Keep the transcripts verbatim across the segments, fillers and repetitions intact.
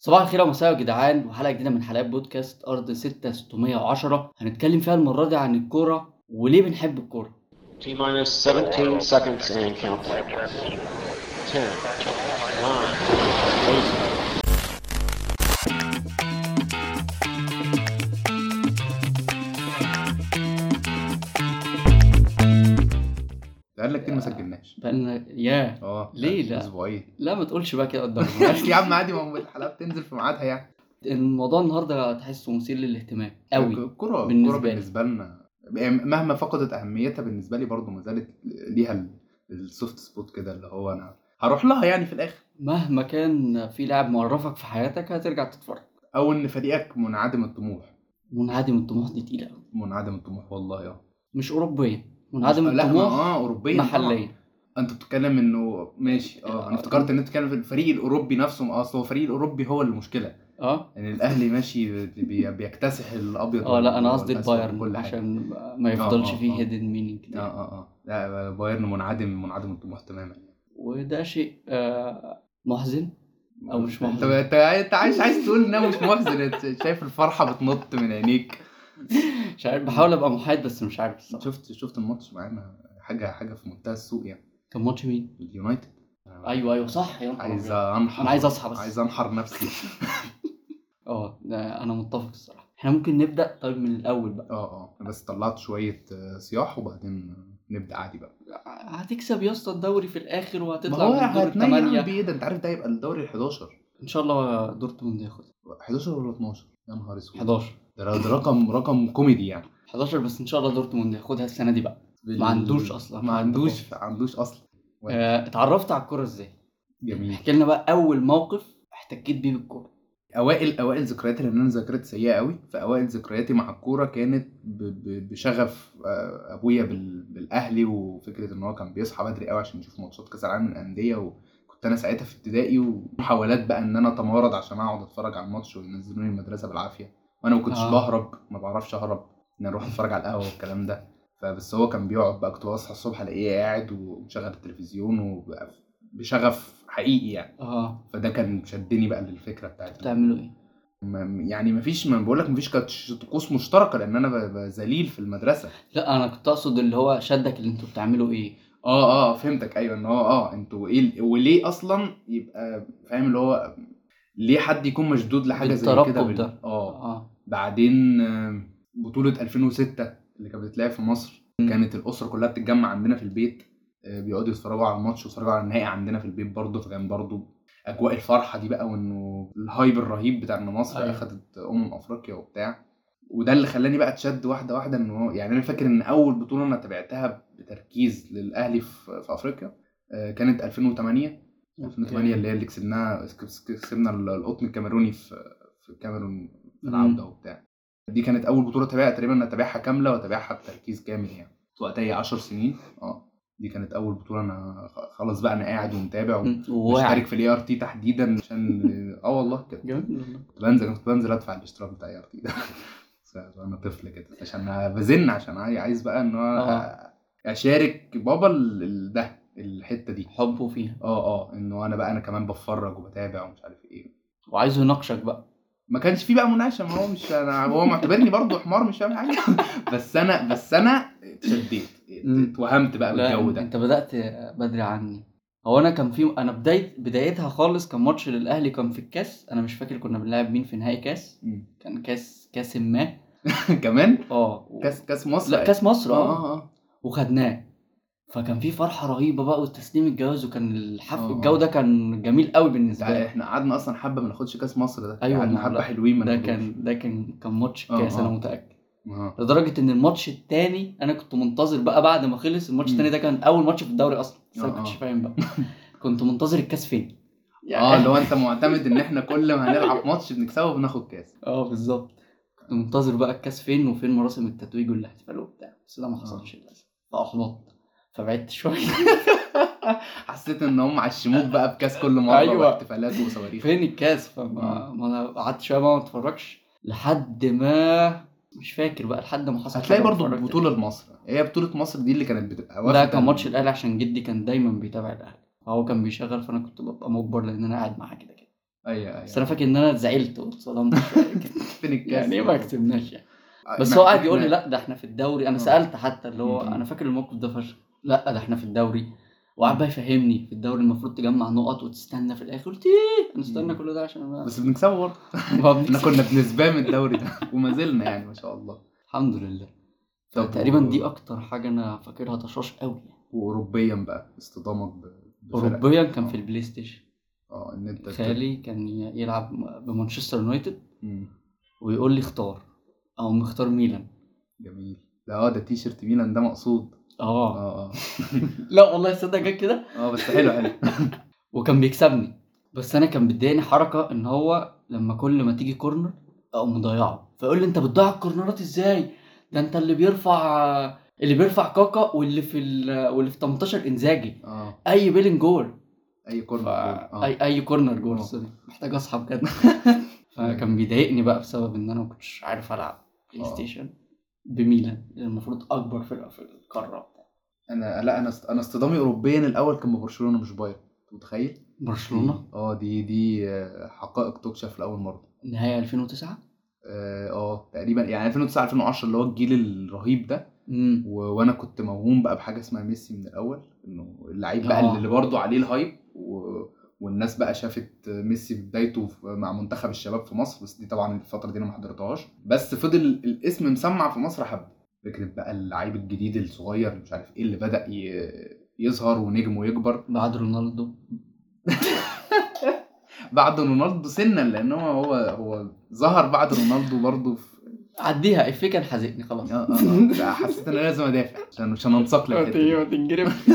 صباح الخير يا مساء يا جدعان، وحلقة جديدة من حلقات بودكاست أرض ستة ستمية وعشرة. هنتكلم فيها المرة دي عن الكورة وليه بنحب الكورة. T minus seventeen seconds and counting. ten, nine, eight. بقالنا كتير ما سجلناش. بقالنا ياه اه ليه لا اسبوعين. لا ما تقولش بقى كده قدام ماشي يا عم عادي، ما هو الحلقه بتنزل في ميعادها يعني. الموضوع النهارده تحسه مثير للاهتمام قوي. الكوره الكوره بالنسبة لي. بالنسبه لنا يعني مهما فقدت اهميتها بالنسبه لي برضو ما زالت ليها ال- السوفت سبوت كده، اللي هو انا هروح لها يعني في الاخر. مهما كان في لاعب معرفك في حياتك هترجع تتفرج. او ان فريقك منعدم الطموح. منعدم الطموح دي تقيلة قوي. منعدم الطموح والله اه. مش أوروبيا، منعدم لا ما الطموح اه اوروبيا طبعاً. محليا. انت بتتكلم انه ماشي اه، انا افتكرت ان انت بتتكلم في الفريق الاوروبي نفسه. اصل هو الفريق الاوروبي هو المشكله، اه يعني الاهلي ماشي بي- بيكتسح الابيض اه لا انا وال- قصدي والأسود البايرن وكل حاجه. عشان ما اه يفضلش اه فيه اه هيدن مينينج اه كتير. اه اه لا بايرن منعدم منعدم الطموح تماما. وده شيء آه، محزن او مش انت محزن. انت انت عايز عايز تقول انه مش محزن؟ انت شايف الفرحه بتنط من عينيك. مش عارف، بحاول ابقى محايد بس مش عارف الصراحه. شفت شفت الماتش معانا، حاجه حاجه في منتهى السوء يعني. كان ماتش مين؟ اليونايتد. ايوه ايوه صح يا نهار عايز أبيض. انحر انا عايز اصحى بس. عايز انحر نفسي. اه ده انا متفق الصراحه. احنا ممكن نبدا طيب من الاول بقى. اه اه بس طلعت شويه آه، صياح وبعدين نبدا عادي بقى. هتكسب يا اسطى الدوري في الاخر ما وهتطلع هو من دور هتنيل الثمانيه. بايه ده؟ انت عارف ده يبقى الدوري الحداشر. ان شاء الله دورتموند ياخد حداشر ولا اتناشر؟ يا نهار اسود. حداشر. ده ده رقم رقم كوميدي يعني. حداشر بس ان شاء الله دورتموند ياخدها السنه دي بقى. بال- ما عندوش اصلا ما حد عندوش خالص. ما عندوش اصلا. آه، اتعرفت على الكوره ازاي؟ جميل. احكي لنا بقى اول موقف احتكيت بيه بالكوره. اوائل اوائل ذكرياتي، لان انا ذاكرتي سيئه قوي، فاوائل ذكرياتي مع الكوره كانت ب- ب- بشغف آه، ابويا بال- بالاهلي، وفكره ان هو كان بيصحى بدري قوي عشان يشوف ماتشات كاس العالم للانديه. وكنت انا ساعتها في ابتدائي، ومحاولات بقى ان انا اتمارض عشان اقعد اتفرج على الماتش وينزلوني المدرسه بالعافيه، وانا ما كنتش آه. بهرب، ما بعرفش اهرب ان اروح اتفرج على القهوه والكلام ده. فبس هو كان بيقعد بقى، كنت بصحى الصبح الاقيه قاعد ومشغل التلفزيون وبقى بشغف حقيقي يعني. اه فده كان شدني بقى للفكره بتاعت بتعملوا ايه؟ ما- يعني مفيش، ما بقول لك مفيش كانت طقوس مشتركه، لان انا ب- ب- ذليل في المدرسه. لا انا كنت اقصد اللي هو شدك اللي انتوا بتعملوا ايه. اه اه فهمتك، ايوه ان هو اه انتوا ايه ال- وليه اصلا يبقى فاهم اللي هو ليه حد يكون مشدود لحاجه زي كده بالترقب بال... ده. اه اه بعدين آه، بطوله ألفين وستة اللي كانت بتتلعب في مصر، مم. كانت الاسره كلها بتتجمع عندنا في البيت، آه، بيقعدوا يتفرجوا على الماتش ويتفرجوا على النهائي عندنا في البيت برضه. فكان برضه اجواء الفرحه دي بقى، وانه الهايب الرهيب بتاع ان مصر أيوة. اخذت امم افريقيا وبتاع. وده اللي خلاني بقى اتشد واحده واحده، انه هو- يعني انا فاكر ان اول بطوله انا تابعتها بتركيز للاهلي في, في افريقيا آه، كانت ألفين وتمانية. ألفين وتمانية اللي هي اللي كسبناها، كسبنا القطن الكاميروني في في الكاميرون في العوده وبتاع. دي كانت اول بطوله تابعها تقريبا، انا اتابعها كامله واتابعها بتركيز كامل يعني. وقتها عشر سنين. اه دي كانت اول بطوله انا خ- خلاص بقى انا قاعد ومتابع مم. ومشترك وواعي. في الاي ار تي تحديدا عشان اه والله كده. جميل والله. كنت بنزل كنت بنزل ادفع الاشتراك بتاع اي ار تي ده وانا طفل كده، عشان بزن، عشان عاي- عايز بقى ان هو اه اشارك بابا ال- ال- ده الحته دي. حبه فيها اه اه انه انا بقى انا كمان بتفرج وبتابع ومش عارف ايه. وعايزه يناقشك بقى. ما كانش فيه بقى مناقشه، ما هو مش انا، هو معتبرني برضو حمار مش فاهم حاجه. بس انا بس انا اتشديت، مم. اتوهمت بقى لا بالجو ده. انت بدأت بدري عني. هو انا كان في انا بداية بدايتها خالص كان ماتش للاهلي، كان في الكاس. انا مش فاكر كنا بنلعب مين في نهائي كاس. مم. كان كاس كاس ما. كمان اه و... كاس كاس مصر. لا كاس مصر اه اه اه اه وخدناه. فكان في فرحة رهيبة بقى وتسليم الجواز، وكان الحفل آه، الجو آه. ده كان جميل قوي بالنسبة ده لي. احنا قعدنا اصلا حبه ما ناخدش كاس مصر ده. ايوه قعدنا ما حبه لا، حلوين ما ده ناخدوش. كان ده كان كان ماتش آه، الكاس انا آه. متأكد. اه لدرجة ان الماتش التاني انا كنت منتظر بقى بعد ما خلص الماتش مم. التاني ده، كان اول ماتش في الدوري اصلا بس انا آه، كنتش آه. فاهم بقى. كنت منتظر الكاس فين اه اللي هو انت معتمد ان احنا كل ما هنلعب ماتش بنكسبه وبناخد كاس. اه بالظبط. كنت منتظر بقى الكاس فين وفين مراسم التتويج والاحتفال وبتاع، بس ده ما حصلش للاسف فاحبطت فبعدت شويه. حسيت ان هم عشموك بقى بكاس كل مره أيوة. واحتفالات وصواريخ. فين الكاس؟ فما ما انا قعدت شويه بقى ما اتفرجش لحد ما مش فاكر بقى، لحد ما حصل هتلاقي حاجة برضو واتفرجت. بطولة مصر، هي بطولة مصر دي اللي كانت بتبقى لا واخدة كان ماتش ال- الاهلي عشان جدي كان دايما بيتابع الاهلي، فهو كان بيشغل فانا كنت ببقى مجبر لان انا قاعد معاه كده كده. ايوه بس انا ايوه فاكر ان انا زعلت واتصدمت شويه كده. فين الكاس يعني ايه ما كسبناش يعني؟ آه، بس ما هو قاعد يقول لي إحنا- لا ده احنا في الدوري. انا آه. سالت حتى اللي هو م-م. انا فاكر الموقف ده فشخ. لا ده احنا في الدوري. وقعد بقى يفهمني في الدوري المفروض تجمع نقط وتستنى في الاخر. قلت ايه نستنى م. كل ده عشان ما بس بنكسبه برضه. ما احنا بنكسب. كنا بنسبام الدوري ده وما زلنا يعني ما شاء الله. الحمد لله. طب فتقريبا و... دي اكتر حاجه انا فاكرها طشاش قوي. واوروبيا بقى اصطدامك ب... بفرق. اوروبيا كان في آه. البلاي ستيشن. اه ان انت خالي كان ي- يلعب بمانشستر يونايتد م. ويقول لي اختار او مختار ميلان. جميل. ده اه ده تي شيرت ميلان ده مقصود. اه اه اه لا والله تصدق جت كده. اه بس حلو حلو. وكان بيكسبني. بس انا كان بيضايقني حركه ان هو لما كل ما تيجي كورنر او مضيعه فيقول لي انت بتضيع الكورنرات ازاي؟ ده انت اللي بيرفع اللي بيرفع كاكا واللي في ال... واللي في تمنتاشر انزاجي اه اي بيلين جول. اي ف... كورنر جول. اه اي اي كورنر جول. آه. سوري محتاج اصحى بجد. فكان بيضايقني بقى بسبب ان انا ما كنتش عارف العب بلاي آه. ستيشن بميلان المفروض اكبر فرقه في القاره. انا لا انا است... انا اصطدامي اوروبيا الاول كان ببرشلونه مش بايرن. أنت متخيل؟ برشلونه دي اه دي دي آه، حقائق تكشف لاول مره. نهايه ألفين وتسعة. اه آه، تقريبا يعني ألفين وتسعة ألفين وعشرة اللي هو الجيل الرهيب ده. امم و... وانا كنت موهوم بقى بحاجه اسمها ميسي من الاول انه اللعيب بقى آه. اللي برضه عليه الهايب و... والناس بقى شافت ميسي في بدايته في- مع منتخب الشباب في مصر. بس دي طبعا الفتره دي انا ما حضرتهاش بس فضل الاسم مسمع في مصر حبه. فكره بقى اللعيب الجديد الصغير اللي مش عارف ايه اللي بدا ي... يظهر ونجمه يكبر بعد رونالدو. بعد رونالدو سنا لان هو هو هو ظهر بعد رونالدو برضه في عديها افيه كان حازقني خلاص. اه اه اه حسيت ان انا لازم ادافع عشان مش هننساق للحته دي. ما تنجرف.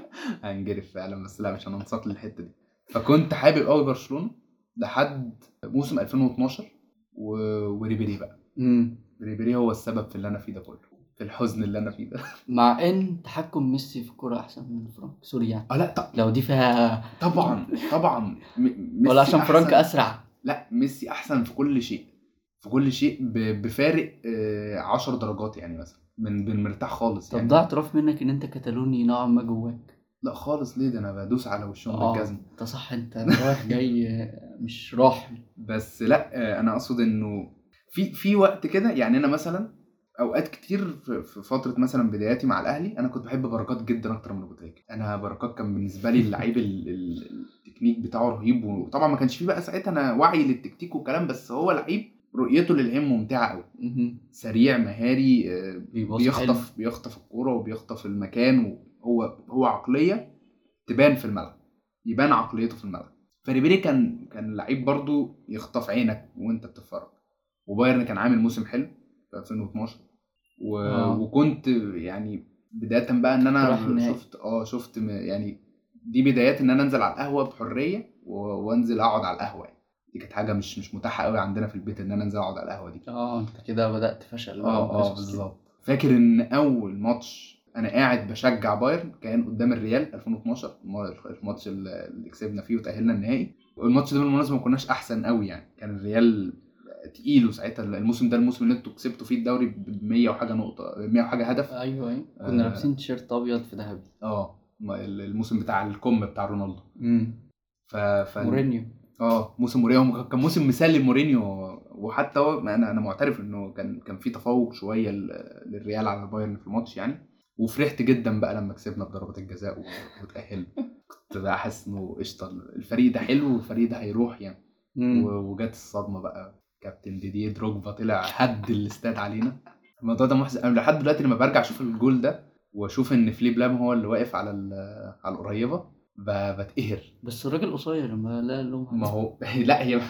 هنجرف فعلا بس لا مش هننساق للحته دي. فكنت حابب قوي برشلونه لحد موسم ألفين واتناشر و... وريبيري بقى. امم ريبيري هو السبب في اللي انا فيه ده كله في الحزن اللي انا فيه ده. مع ان تحكم ميسي في الكوره احسن من فرانك. سوري يعني اه لا ط- لو دي فيها طبعا طبعا م... ميسي ولا عشان فرانك أحسن. اسرع. لا ميسي احسن في كل شيء في كل شيء ب... بفارق آه، عشر درجات يعني مثلا من بالمرتاح خالص طب يعني. ده اعتراف منك ان انت كتالوني نوعا ما جواك. لا خالص ليه ده انا بدوس على وشهم اه بالجزم. انت صح انت رايح جاي مش راح. بس لا آه، انا اقصد انه في في وقت كده يعني انا مثلا اوقات كتير في في فتره مثلا بداياتي مع الاهلي انا كنت بحب بركات جدا اكتر من ابو تريكه. انا بركات كان بالنسبه لي اللعيب ال- ال- التكنيك بتاعه رهيب. وطبعا ما كانش فيه بقى ساعتها انا وعي للتكتيك والكلام بس هو لعيب رؤيته للعلم ممتعه قوي. مهم. سريع مهاري آه، بيباص بيخطف بيخطف الكوره وبيخطف المكان. وهو هو عقليه تبان في الملعب يبان عقليته في الملعب. فريبيري كان كان لعيب برضو يخطف عينك وانت بتتفرج. وبايرن كان عامل موسم حلو في ألفين واتناشر و... آه. وكنت يعني بداية بقى ان رايح انا النهائي. شفت اه شفت م- يعني دي بدايات ان انا انزل على القهوة بحرية و... وانزل اقعد على القهوة يعني. دي كانت حاجة مش مش متاحة قوي عندنا في البيت ان انا انزل اقعد على القهوة دي. اه انت كده بدأت فشل بقى اه اه وقصص كده. بالظبط. فاكر ان اول ماتش انا قاعد بشجع بايرن كان قدام الريال ألفين واتناشر الم- الماتش اللي كسبنا فيه وتأهلنا النهائي. والماتش ده بالمناسبة ما كناش احسن قوي يعني كان الريال تقيل. وساعتها الموسم ده الموسم اللي انتوا كسبتوا فيه الدوري ب مية وحاجه نقطه مية وحاجه هدف. ايوه ايوه كنا آه. لابسين تيشيرت ابيض في ذهبي. اه ما- الموسم بتاع الكم بتاع رونالدو. امم ف ف مورينيو. اه موسم مورينيو كان موسم مثالي لمورينيو. وحتى هو انا انا معترف انه كان كان في تفوق شويه ل- للريال على بايرن في الماتش يعني. وفرحت جدا بقى لما كسبنا بضربات الجزاء و- وتأهلنا. كنت بقى حاسس انه قشطه الفريق ده حلو والفريق ده هيروح يعني. مم. و- وجت الصدمه بقى كابتن ديديه دروجبا طلع هد الاستاد علينا. الموضوع ده محزن. انا لحد دلوقتي لما برجع اشوف الجول ده واشوف ان فليب لام هو اللي واقف على ال- على القريبه ب- بتقهر. بس الراجل قصير لما لا لهم ما هو لا هي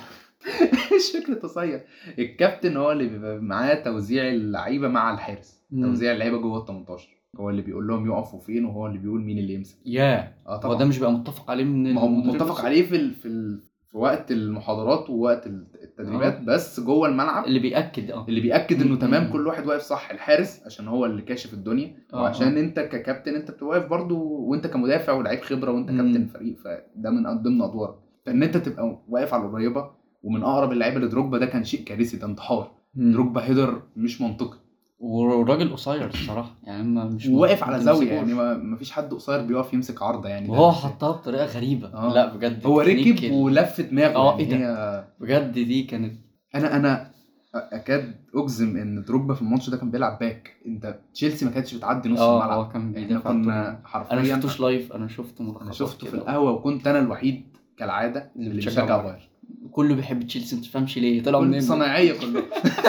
مش فكره قصير. الكابتن هو اللي بيبقى معاه توزيع اللعيبه مع الحارس. مم. توزيع اللعيبه جوه ال تمنتاشر هو اللي بيقول لهم يقفوا فين وهو اللي بيقول مين اللي يمسك. يا اه هو طبعا ده مش بقى متفق عليه من ما هو المدرب متفق نفسه؟ عليه في ال... في ال... في وقت المحاضرات ووقت التدريبات آه. بس جوه الملعب اللي بيأكد اه اللي بيأكد انه مم. تمام كل واحد واقف صح. الحارس عشان هو اللي كاشف الدنيا آه، وعشان آه. انت ككابتن انت بتبقى واقف برضو وانت كمدافع ولاعيب خبره وانت مم. كابتن الفريق فده من ضمن ادوارك. فان انت تبقى واقف على القريبه ومن اقرب اللعيبه لدروجبا ده كان شيء كارثي. ده انتحار. مم. دروجبا هيدر مش منطقي. والراجل قصير الصراحه يعني ما مش وواقف على زاويه تمسكوش. يعني ما ما فيش حد قصير بيقف يمسك عارضه يعني ده وهو مش- حطها بطريقه غريبه. آه. لا بجد هو التكنيك ركب ال- ولف دماغه اه يعني ايه ده هي بجد دي كانت انا انا اكاد اجزم ان دروجبا في الماتش ده كان بيلعب باك. انت تشيلسي ما كانتش بتعدي نص اه الملعب. هو كان احنا بيدافع كنا طول. حرفيا انا شفتوش لايف، انا شفت انا ملخصات شفته في كده. القهوه وكنت انا الوحيد كالعاده اللي اللي بتشجع بيشجع بايرن. بايرن. كله بيحب تشيلسي ما تفهمش ليه طلع كل منين دول؟ صناعيه كله.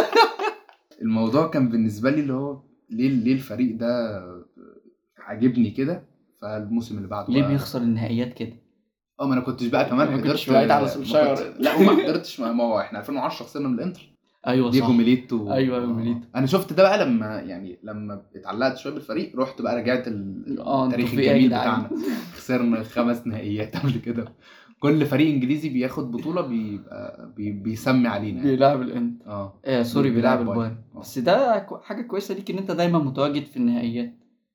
الموضوع كان بالنسبه لي اللي هو ليه ليه الفريق ده عاجبني كده. فالموسم اللي بعده ليه بقى بيخسر النهائيات كده؟ اه ما انا كنتش بقى كمان ما حضرت كنتش بعيد على ما سولشاير. كنتش- لا وما حضرتش ما ما هو احنا ألفين وعشرة خسرنا من الانتر. ايوه دييجو صح. ميليتو. ايوه ايوه ميليتو. انا شفت ده بقى لما يعني لما اتعلقت شويه بالفريق رحت بقى رجعت ال- اه انتوا التاريخ في ايه يا الجميل جدعان؟ بتاعنا. خسرنا خمس نهائيات قبل كده. كل فريق انجليزي بياخد بطوله بيبقى بي بيسمي علينا يعني. بيلعب الانتر. اه آه سوري بيلعب بيلعب البايرن. آه. بس ده كو- حاجه كويسه ليك ان انت دايما متواجد في النهائيات.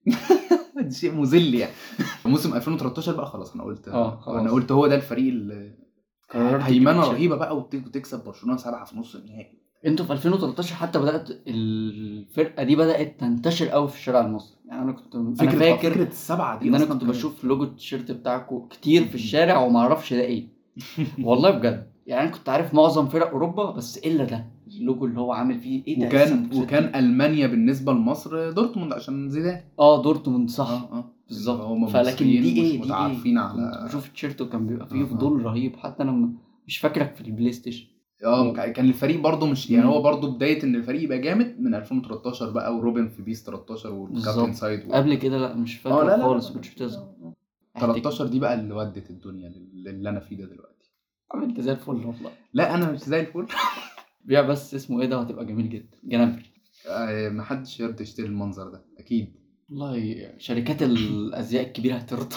ده شيء مذل يعني. موسم ألفين وتلتاشر بقى خلاص انا قلت اه خلاص. انا قلت هو ده الفريق اللي قررت هيمنه تجيب رهيبه بقى وت- وتكسب برشلونه سبعه في نص النهائي. انتوا في ألفين وتلتاشر حتى بدات الفرقه دي بدات تنتشر قوي في الشارع المصري. يعني انا كنت انا فكره فاكر فكره السبعه دي ان انا أصلاً كنت كانت- بشوف لوجو التيشيرت بتاعكم كتير في الشارع وما اعرفش ده ايه. والله بجد يعني انا كنت عارف معظم فرق اوروبا بس الا ده اللوجو اللي هو عامل فيه ايه ده وكان لسه وكان المانيا بالنسبه لمصر دورتموند عشان زيدان. اه دورتموند صح. اه اه بالظبط. هم فلكن دي مصريين ايه مش دي متعارفين ايه كنت على بشوف التيشيرت وكان بيبقى آه، فيه آه. فضول رهيب. حتى انا م- مش فاكرك في البلاي ستيشن. اه كا- كان الفريق برضو مش يعني مم. هو برضو بدايه ان الفريق يبقى جامد من ألفين وتلتاشر بقى وروبن في بيس تلتاشر والكابتن بالظبط. سايد و... قبل كده لا مش اه فاكر لا لا خالص. لا ما كنتش بتظهر. تلتاشر دي بقى اللي ودت الدنيا لل- اللي انا فيه ده دلوقتي. عملت زي الفل والله. لا انا مش زي الفل. بيع بس اسمه ايه ده وهتبقى جميل جدا. جنابري. آه، محدش يرضى يشتري المنظر ده اكيد. والله شركات الازياء الكبيره هترضى.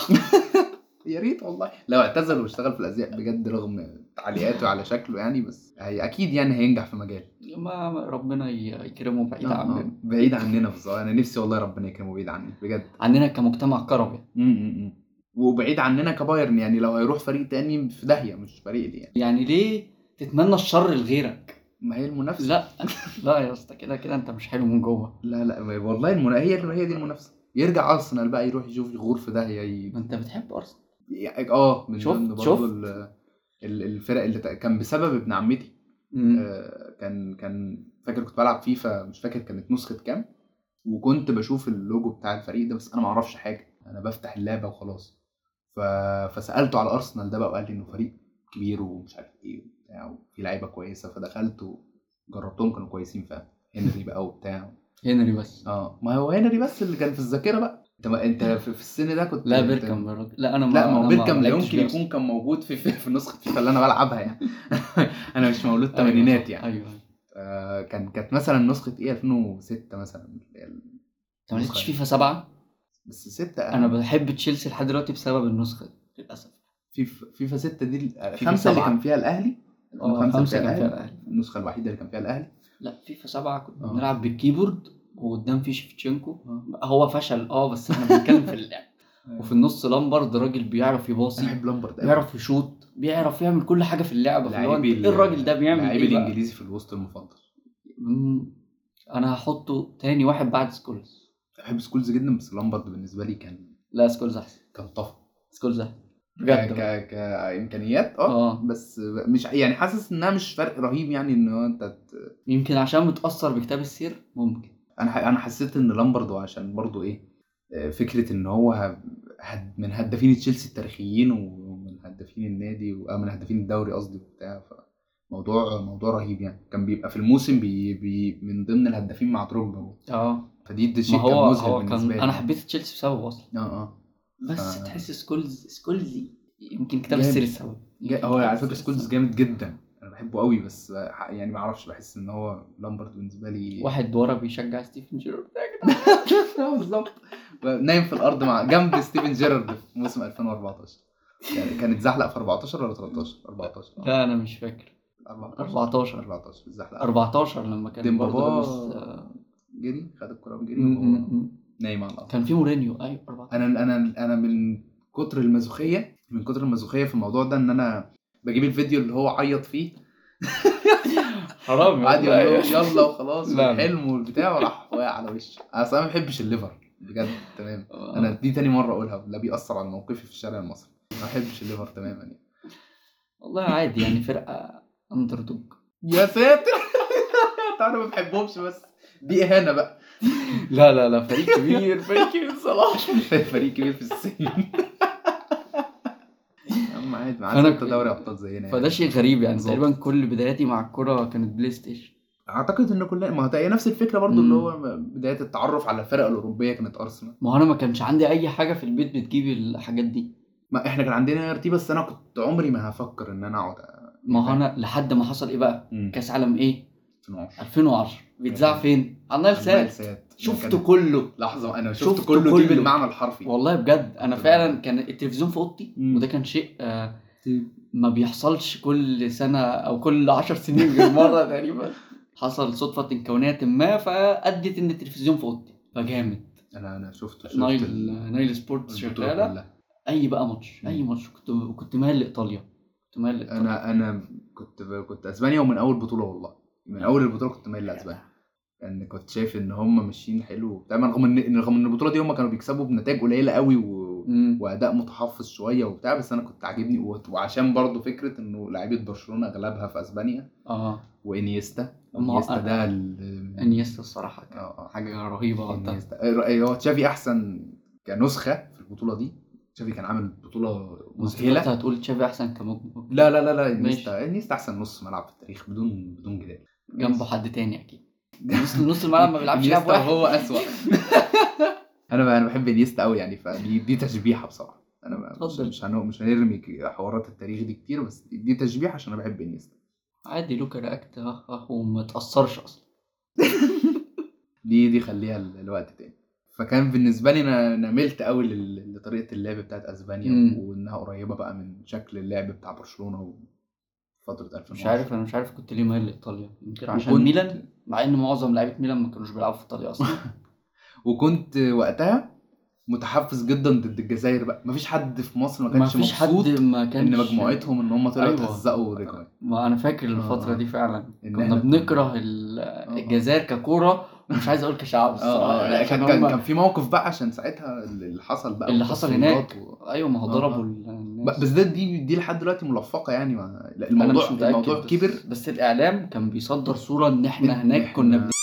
يا ريت والله لو اعتزل واشتغل في الازياء بجد رغم تعليقاته على شكله يعني بس هي اكيد يعني هينجح في مجال. ما ربنا ي- يكرمه بعيد آه، عننا. آه، بعيد عننا بالظبط. انا نفسي والله ربنا يكرمه بعيد عني بجد. عننا كمجتمع كروي. امم وبعيد عننا كبايرن يعني لو هيروح فريق تاني في داهيه مش فريق دي يعني. يعني ليه تتمنى الشر لغيرك؟ ما هي المنافسه. لا لا يا اسطى كده كده انت مش حلو من جوه. لا لا ما- والله المنا... هي هي دي المنافسه. يرجع ارسنال بقى يروح يشوف يغور في داهيه ي... ما انت بتحب ارسنال. يعني اه من شفت- ضمن برضه شفت. ال- ال- الفرق اللي ت- كان بسبب ابن عمتي. مم. آه، كان كان فاكر كنت بلعب فيفا مش فاكر كانت نسخة كام. وكنت بشوف اللوجو بتاع الفريق ده بس انا ما اعرفش حاجة انا بفتح اللعبة وخلاص. ف... فسألته على ارسنال ده بقى وقال لي انه فريق كبير ومش عارف ايه وبتاع وفي لعيبة كويسة فدخلت وجربتهم كانوا كويسين فعلا. هنري بقى وبتاع. هنري بس. اه ما هو هنري بس اللي كان في الذاكرة بقى. انت ما... انت في في السن ده كنت لا أنت- بيركم يا راجل. لا انا ما لا ما أنا هو بيركم لا لعبتش يمكن بيه يكون أصلاً. كان موجود في في, في نسخة فيفا اللي انا بلعبها يعني. انا مش مولود أيوة تمانينات صح. يعني. ايوه آه، كان كانت مثلا نسخة ايه ألفين وستة مثلا اللي هي انت ما لعبتش النسخة فيفا سبعة. بس ستة انا بحب تشيلسي لحد دلوقتي بسبب النسخه دي للاسف. فيفا فيفا ستة دي ال- فيفا خمسة اللي سبعة. كان فيها الأهلي. اه خمسة خمسة اللي كان فيها الأهلي. الاهلي. النسخة الوحيدة اللي كان فيها الأهلي. لا فيفا سبعة كنا آه. بنلعب بالكيبورد وقدام في شيفتشينكو. آه. هو فشل اه بس احنا بنتكلم في اللعب. وفي النص لامبرد راجل بيعرف أنا يباصي بحب لامبرد أوي. بيعرف يشوط بيعرف يعمل كل حاجه في اللعبه. فاللي هو انت لاعبي ايه الراجل ده بيعمل لاعبي ايه بقى؟ الإنجليزي في الوسط المفضل. مم. انا هحطه تاني واحد بعد سكولز. بحب سكولز جدا بس لامبرد بالنسبة لي كان لا سكولز احسن. كان طفل. سكولز احسن ك بجد بقى. ك كإمكانيات اه اه بس مش يعني حاسس إنها مش فرق رهيب يعني إن هو أنت ت- يمكن عشان متاثر بكتاب السير ممكن. انا ح- انا حسيت ان لامبرد عشان برضو ايه آه، فكره ان هو ه- هد من هدافين تشيلسي التاريخيين ومن هدافين النادي ومن هدافين الدوري قصدي وبتاع فموضوع موضوع رهيب يعني كان بيبقى في الموسم بي بي من ضمن الهدافين مع دروجبا. اه فدي ده ما شيء كان هو مذهل هو بالنسبه كان لي. انا حبيت تشيلسي بسببه اصلا. اه اه بس ف- تحس سكولز سكولزي يمكن كتاب جامد. السير السبب. جا- هو على فكره سكولز جامد جدا انا بحبه قوي بس ح- يعني ما اعرفش بحس ان هو لامبرد بالنسبه لي واحد ورا بيشجع ستيفن جيرارد. آه، بالظبط. نايم في الارض مع جنب ستيفن جيرارد في موسم ألفين وأربعتاشر. يعني كان اتزحلق في أربعتاشر ولا تلتاشر؟ أربعتاشر. لا انا مش فاكر. أربعتاشر. أربعتاشر اتزحلق. أربعتاشر لما كان ديمبابا برضه لابس آه، جري خد الكرة وجري م- وهو م- م. نايم على الارض. كان في مورينيو ايوه أربعتاشر. انا انا انا من كتر المازوخيه من كتر المازوخيه في الموضوع ده ان انا بجيب الفيديو اللي هو عيط فيه حرام قعد يقول والله. لهم يلا وخلاص لا. والحلم والبتاع وراح واقع على وشه. انا اصلا ما بحبش الليفر بجد تمام. انا دي تاني مره اقولها، لا بيأثر على موقفي في الشارع المصري، ما بحبش الليفر تماما يعني. والله عادي يعني، فرقة اندر دوج. يا ساتر. انا ما بحبهمش بس دي اهانه بقى. لا لا لا، فريق كبير، فريق كبير صلاح. فريق كبير في السن. يا عم عادي، معاه فأنا ستة دوري ابطال زينا فده يعني. شيء غريب يعني. بالظبط. تقريبا كل بداياتي مع الكرة كانت بلاي ستيشن. اعتقد ان كلنا، ما هي نفس الفكره برضو، اللي مم. هو بدايه التعرف على الفرق الاوروبيه كانت ارسنال. ما هو انا ما كانش عندي اي حاجة في البيت بتجيب الحاجات دي. ما احنا كان عندنا ار تي، بس انا كنت عمري ما هفكر ان انا اقعد. ما هو انا لحد ما حصل ايه بقى، مم. كاس عالم ايه ألفين وعشرة ألفين وعشرة بيتذاع كان- فين؟ على النايل النايل سات. سات. شفته كان- كله لحظه، انا شفت شفته كله دي كله. بالمعنى الحرفي. والله بجد. انا كنت فعلا بقى- كان التلفزيون في اوضتي، مم. وده كان شيء آه ما بيحصلش كل سنة او كل عشر سنين غير مرة تقريبا. حصل صدفة كونية ما فأدت ان التلفزيون في اوضتي فجامد. انا انا شفت شفت نايل ال- نايل سبورتس البطولة شغالة. كلها. اي بقى ماتش اي مم. ماتش كنت كنت مايل لايطاليا. كنت مايل لايطاليا. انا انا كنت كنت اسبانيا، ومن اول بطوله والله من اول البطوله كنت مايل لاسبانيا. يعني كنت شايف ان هم ماشيين حلو وبتاع، رغم ان رغم ان البطوله دي هم كانوا بيكسبوا بنتائج قليله قوي و... مم. واداء متحفظ شويه وبتاع، بس انا كنت عاجبني و... وعشان برضو فكره انه لعيبه برشلونه اغلبها في اسبانيا، اه وانيستا ما- انيستا ده ال... انيستا الصراحة كان اه اه حاجة رهيبة وقتها. انيستا. هو تشافي احسن كنسخه في البطوله دي. تشافي كان عامل بطوله مذهله. مذهلة. هتقول تشافي احسن كمجموع. لا لا لا لا، ماشي. انيستا انيستا احسن نص ملعب في التاريخ بدون بدون جدال. جنبه حد تاني اكيد. نص نص الملعب ما بيلعبش لاعب انيستا واحد. هو اسوأ. انا انا بحب انيستا قوي يعني، فدي دي تشبيحه بصراحه. انا ما- مش اتفضل. مش هنو- مش هنرمي حوارات التاريخ دي كتير، بس دي تشبيحه عشان انا بحب انيستا. عادي لوكا رياكت ها ها وما تأثرش اصلا. دي دي خليها ل- لوقت تاني. فكان بالنسبه لي انا أنا ملت قوي لل- لطريقه اللعب بتاعت اسبانيا، مم. وانها قريبه بقى من شكل اللعب بتاع برشلونه وفتره ألفين وعشرة. مش عارف انا مش عارف كنت ليه مايل لايطاليا. يمكن عشان وكنت- ميلان، مع ان معظم لعيبه ميلان ما كانوش بيلعبوا في ايطاليا اصلا. وكنت وقتها متحفز جدا ضد الجزائر بقى. مفيش حد في مصر ما ما كانش فيش حد مبسوط ما كانش ان مجموعتهم ان هم طلعوا أيوة. اتهزقوا ورجعوا. ما انا فاكر الفتره آه. دي فعلا إن كنا إحنا بنكره ال- الجزائر ككوره، ومش عايز اقول كشعب اه الصراحه اه لا، عشان كان كان هم كان في موقف بقى عشان ساعتها اللي حصل بقى اللي حصل والتصفيات هناك. و... ايوه ما هو آه، ضربوا آه. الناس. بس ده دي دي لحد دلوقتي ملفقه يعني. ما... لا، انا الموضوع مش متاكد الموضوع بس كبر. بس الاعلام كان بيصدر صوره ان احنا إن هناك إحنا- كنا بن...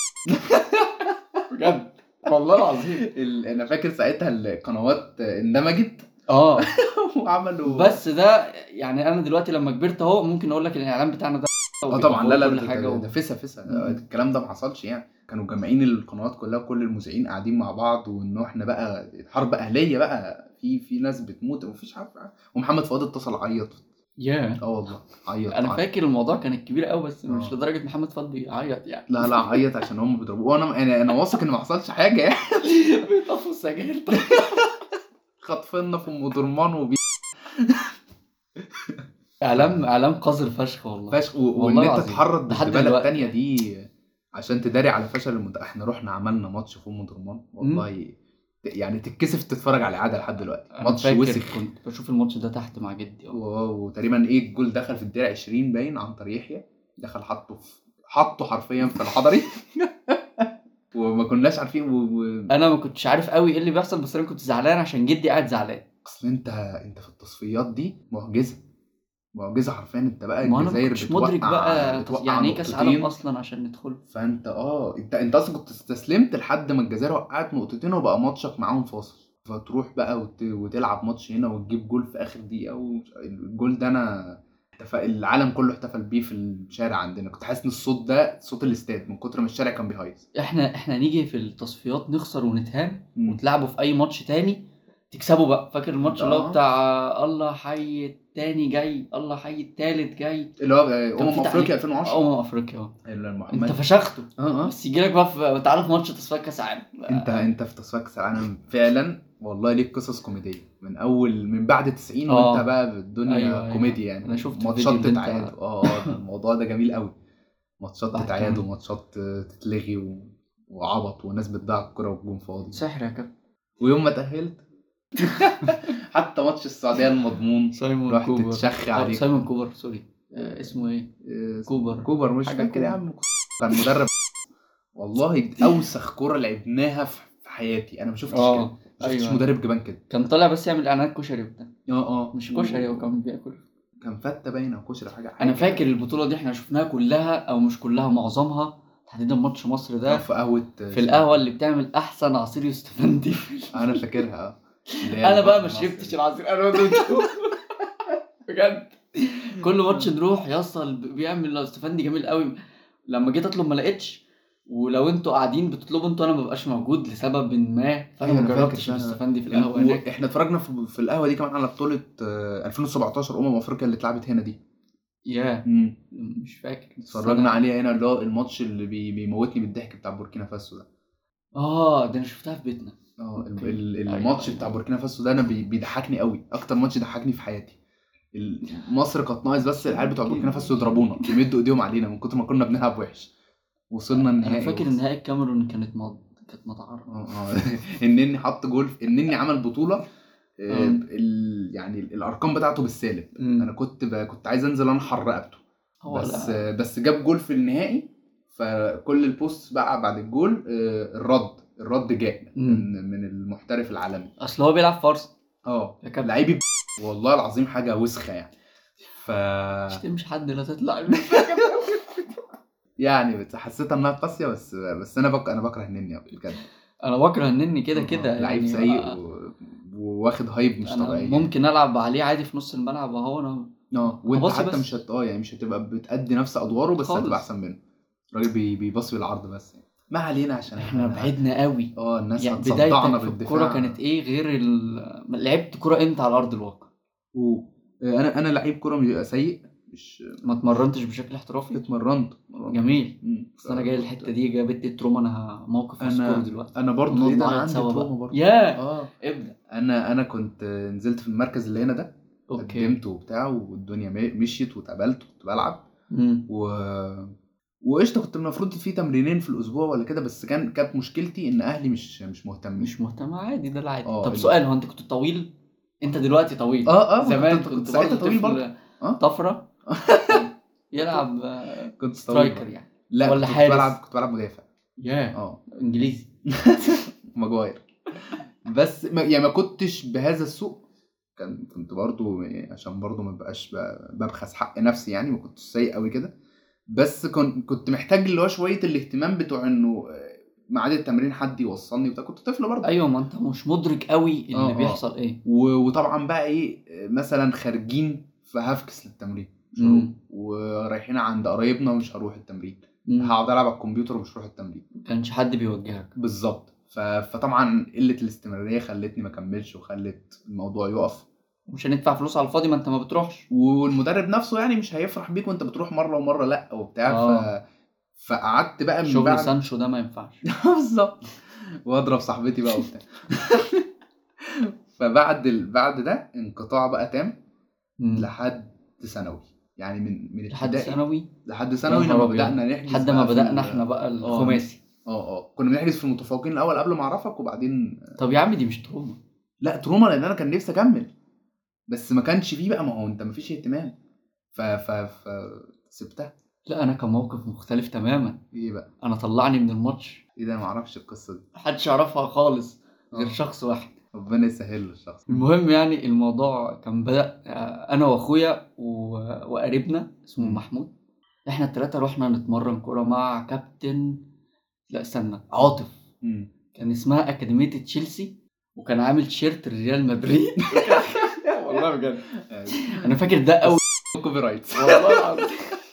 بجد والله العظيم. ال... انا فاكر ساعتها القنوات اندمجت اه وعملوا بس ده يعني انا دلوقتي لما كبرت اهو ممكن اقول لك الاعلام بتاعنا ده اه طبعا. لا لا كل ده- حاجه ده, و... ده فسا فسا. مم. الكلام ده ما حصلش يعني. كانوا جامعين القنوات كلها وكل المذيعين قاعدين مع بعض، وانه احنا بقى حرب اهليه بقى، في في ناس بتموت ومفيش حرب. ومحمد فؤاد اتصل عيط. ياه اه والله عيط. انا عيط. فاكر الموضوع كان كبير قوي بس مش آه. لدرجه محمد فؤاد بيعيط يعني. لا لا عيط عشان هم بيضربوه. وانا انا انا واثق ان ما حصلش حاجه يعني. بيطفوا السجاير. خطفنا في ام درمان وبي اعلام اعلام قذر فشخ والله. فشخ. و- وان والله انت العظيم. تحرض لحد الزباله دلوقتي. التانيه دي عشان تداري على فشل المنتخب. احنا رحنا عملنا ماتش في ام درمان والله يعني تتكسف تتفرج على اعاده لحد دلوقتي. انا ماتش فاكر وسخ. كنت بشوف الماتش ده تحت مع جدي. اه و- وتقريبا ايه الجول دخل في الدقيقه عشرين باين عن طريق يحيى. دخل حطه في حطه حرفيا في الحضري. وما كناش عارفين و... و... انا ما كنتش عارف قوي ايه اللي بيحصل بس انا كنت زعلان عشان جدي قاعد زعلان. اصل انت انت في التصفيات دي معجزه معجزه حرفيا. انت بقى ما انا ما الجزائر كنتش بتوقع مدرك بقى بتوقع يعني ايه كاس نقطتين. عالم اصلا عشان ندخل. فانت اه انت انت اصلا كنت استسلمت لحد ما الجزائر وقعت نقطتين وبقى ماتشك معاهم فاصل. فتروح بقى وت... وتلعب ماتش هنا وتجيب جول في اخر دقيقه. والجول ده انا احتف... العالم كله احتفل بيه في الشارع عندنا. كنت حاسس ان الصوت ده صوت الاستاد من كتر ما الشارع كان بيهيص. احنا احنا نيجي في التصفيات نخسر ونتهان مم. وتلعبوا في اي ماتش تاني تكسبوا بقى. فاكر الماتش اللي هو آه. بتاع الله حي التاني جاي الله حي التالت جاي اللي هو كان امم في افريقيا تعليق. ألفين وعشرة. امم افريقيا اه اللي انت محمد فشخته اه اه بس يجي لك بقى في تعالى في ماتش تصفيات كاس عالم. انت انت في تصفيات كاس العالم فعلا والله ليك قصص كوميديه من اول من بعد تسعين. آه. وانت بقى الدنيا أيوة، أيوة. كوميديا يعني. أنا شفت ماتشات الفيديو اللي تتعاد أنت- اه اه الموضوع ده جميل قوي. ماتشات بعد تتعاد كمان. وماتشات تتلغي و... وعبط وناس بتضيع الكرة والجون فاضي. سحر يا كابتن. ويوم ما تأهلت حتى ماتش السعودية المضمون سايمون رحت كوبر تشخ آه، عليك. سايمون كوبر سوري. آه اسمه ايه آه، كوبر كوبر مش حاجة فاكر يا كوبر. عم. كان مدرب والله اوسخ كوره لعبناها في في حياتي. انا ما شفتش كده، اه ما شفتش ايوه مدرب جبان كده. كان طالع بس يعمل اعلانات كشري وبتاع اه اه مش كشري هو كان بياكل. كان فته باينه وكشري حاجه حاجه انا كده. فاكر البطوله دي احنا شفناها كلها او مش كلها معظمها تحديدا ماتش مصر آه، ده في قهوه في القهوه اللي بتعمل احسن عصير يوستفندي. انا فاكرها اه اللي هي انا بقى ما البطل شربتش المصري. العصير انا دوقته بجد. كل ماتش نروح يصل بيعمل يوستفندي جميل قوي. لما جيت اطلب ما لقيتش، ولو انتوا قاعدين بتطلبوا انتوا انا ما ببقاش موجود لسبب ما، فانا أيوة، ما أنا فاكر جربتش فعلا. اليوستفندي في القهوه ال- هناك. واحنا اتفرجنا في, في القهوه دي كمان على بطوله آه، ألفين وسبعتاشر امم افريقيا اللي اتلعبت هنا دي. ياه امم مش فاكر بس اتفرجنا أنا- عليها هنا، اللي هو الماتش اللي بي بيموتني بالضحك بتاع بوركينا فاسو ده. اه ده انا شفتها في بيتنا. اه ال- أوكي. ال- أيوة، الماتش أيوة. بتاع بوركينا فاسو ده انا بي- بيضحكني قوي، اكتر ماتش ضحكني في حياتي. ال- مصر كانت ناقص بس العيال بتوع بوركينا فاسو يضربونا يمدوا ايديهم علينا من كتر ما كنا بنلعب وحش. وصلنا انا النهائي فاكر وص- نهائي الكاميرون كانت مض... كانت مضعره. اه اه النني حط جول، النني عمل بطوله آه، أم. ال... يعني الارقام بتاعته بالسالب. أمم. انا كنت ب... كنت عايز انزل انحر رقبته، هو بس لا. بس جاب جول في النهائي. فكل البوست بقى بعد الجول آه، الرد الرد جاء أمم. من من المحترف العالمي. اصل هو بيلعب فرص اه يا كابتن. لعيبي والله العظيم حاجه وسخه يعني. ف مش تمشي حد لا تطلع. يعني بت- حسيتها انها قاسيه، بس بس انا بك... انا بكره النني أوي بجد. انا بكره النني كده آه، كده لعيب يعني سيء ما- و... وواخد هايب مش انا طبيعي. ممكن العب عليه عادي في نص الملعب اهو انا اه وانت هباصي حتى بس. مش هت... اه يعني مش هتبقى بتأدي نفس ادواره، بس خالص. هتبقى احسن منه. الراجل بي... بيباصي بالعرض بس يعني. ما علينا عشان احنا بعدنا قوي. اه الناس يعني هتصدعنا بدايتك في بالدفاع. الكوره كانت ايه غير ال... لعبت كوره امتى على ارض الواقع؟ و... انا انا لعيب كوره بيبقى سيء، مش ما اتمرنتش بشكل احترافي. اتمرنت اتمرنت. جميل. مم. بس انا جاي الحته دي جابت لي تروما، انا موقف اذكره انا دلوقتي. انا برضو ونقعد ايه ده، انا نعيط عندي سوا تروما بقى. برضو. ياه اه ابدا. انا انا كنت نزلت في المركز اللي هنا ده، اوكي. قدمت وبتاع والدنيا م- مشيت واتقبلت وكنت بلعب امم و وقشطه. كنت المفروض في تمرينين في الاسبوع ولا كده، بس كان كانت مشكلتي ان اهلي مش مش مهتمين. مش مهتم عادي ده العادي. اه طب ال- سؤال، هو انت كنت طويل؟ انت دلوقتي طويل. اه اه ما زمان كنت, كنت, كنت ساعتها برضه طويل طفل برضه. اه طفره يلعب آه، كنت طويل سترايكر برضه. يعني لا ولا كنت, كنت حارس؟ بلعب كنت بلعب مدافع. ياه اه انجليزي. ماجواير. بس ما يعني ما كنتش بهذا السوء. كان كنت برضو يعني عشان برضو ما بقاش ب- ببخس حق نفسي يعني، ما كنتش سيء قوي كده. بس كنت كنت محتاج اللي هو شويه الاهتمام بتوع انه آه، ميعاد التمرين حد يوصلني وبتاع. كنت طفل برضو. ايوه ما انت مش مدرك قوي اللي اه اه بيحصل ايه. و- وطبعا بقى ايه آه، مثلا خارجين فهفكس للتمرين مش هروح، مم. ورايحين عند قرايبنا مش هروح التمرين، مم. هقعد العب على الكمبيوتر ومش هروح التمرين. ما كانش حد بيوجهك. بالظبط. ف- فطبعا قله الاستمراريه خلتني ما اكملش وخلت الموضوع يقف. مش هندفع فلوس على الفاضي ما انت ما بتروحش. والمدرب نفسه يعني مش هيفرح بيك وانت بتروح مره ومره لا وبتاع. ف اه فقعدت بقى من شغل بعد سانشو ده ما ينفعش. بالظبط. واضرب صاحبتي بقى وبتاع. فبعد ال... بعد ده انقطاع بقى تام مم. لحد ثانوي. يعني من من لحد ابتدائي ثانوي. لحد يا ثانوي نهار لما أبيض. بدأنا نحجز لحد ما بقى في بدأنا ال- احنا بقى اه الخماسي. اه اه كنا بنحجز في المتفوقين الاول قبل ما اعرفك، وبعدين طب يا عم دي مش تروما. لا تروما، لان انا كان نفسي اكمل بس ما كانش فيه بقى، ما هو انت ما فيش اهتمام. ف ف ف سبتها. لا انا كان موقف مختلف تماما. ايه بقى؟ انا طلعني من الماتش ايه ده، انا ما اعرفش القصه دي. محدش يعرفها خالص غير آه. شخص واحد. ربنا يسهل له الشخص. المهم يعني الموضوع كان بدأ آه، انا واخويا و- وقريبنا اسمه مم. محمود. احنا الثلاثه رحنا نتمرن كوره مع كابتن، لا استنى، عاطف. مم. كان اسمها اكاديميه تشيلسي وكان عامل تيشيرت ريال مدريد. والله بجد انا فاكر ده قوي. كوبي رايتس. والله العظيم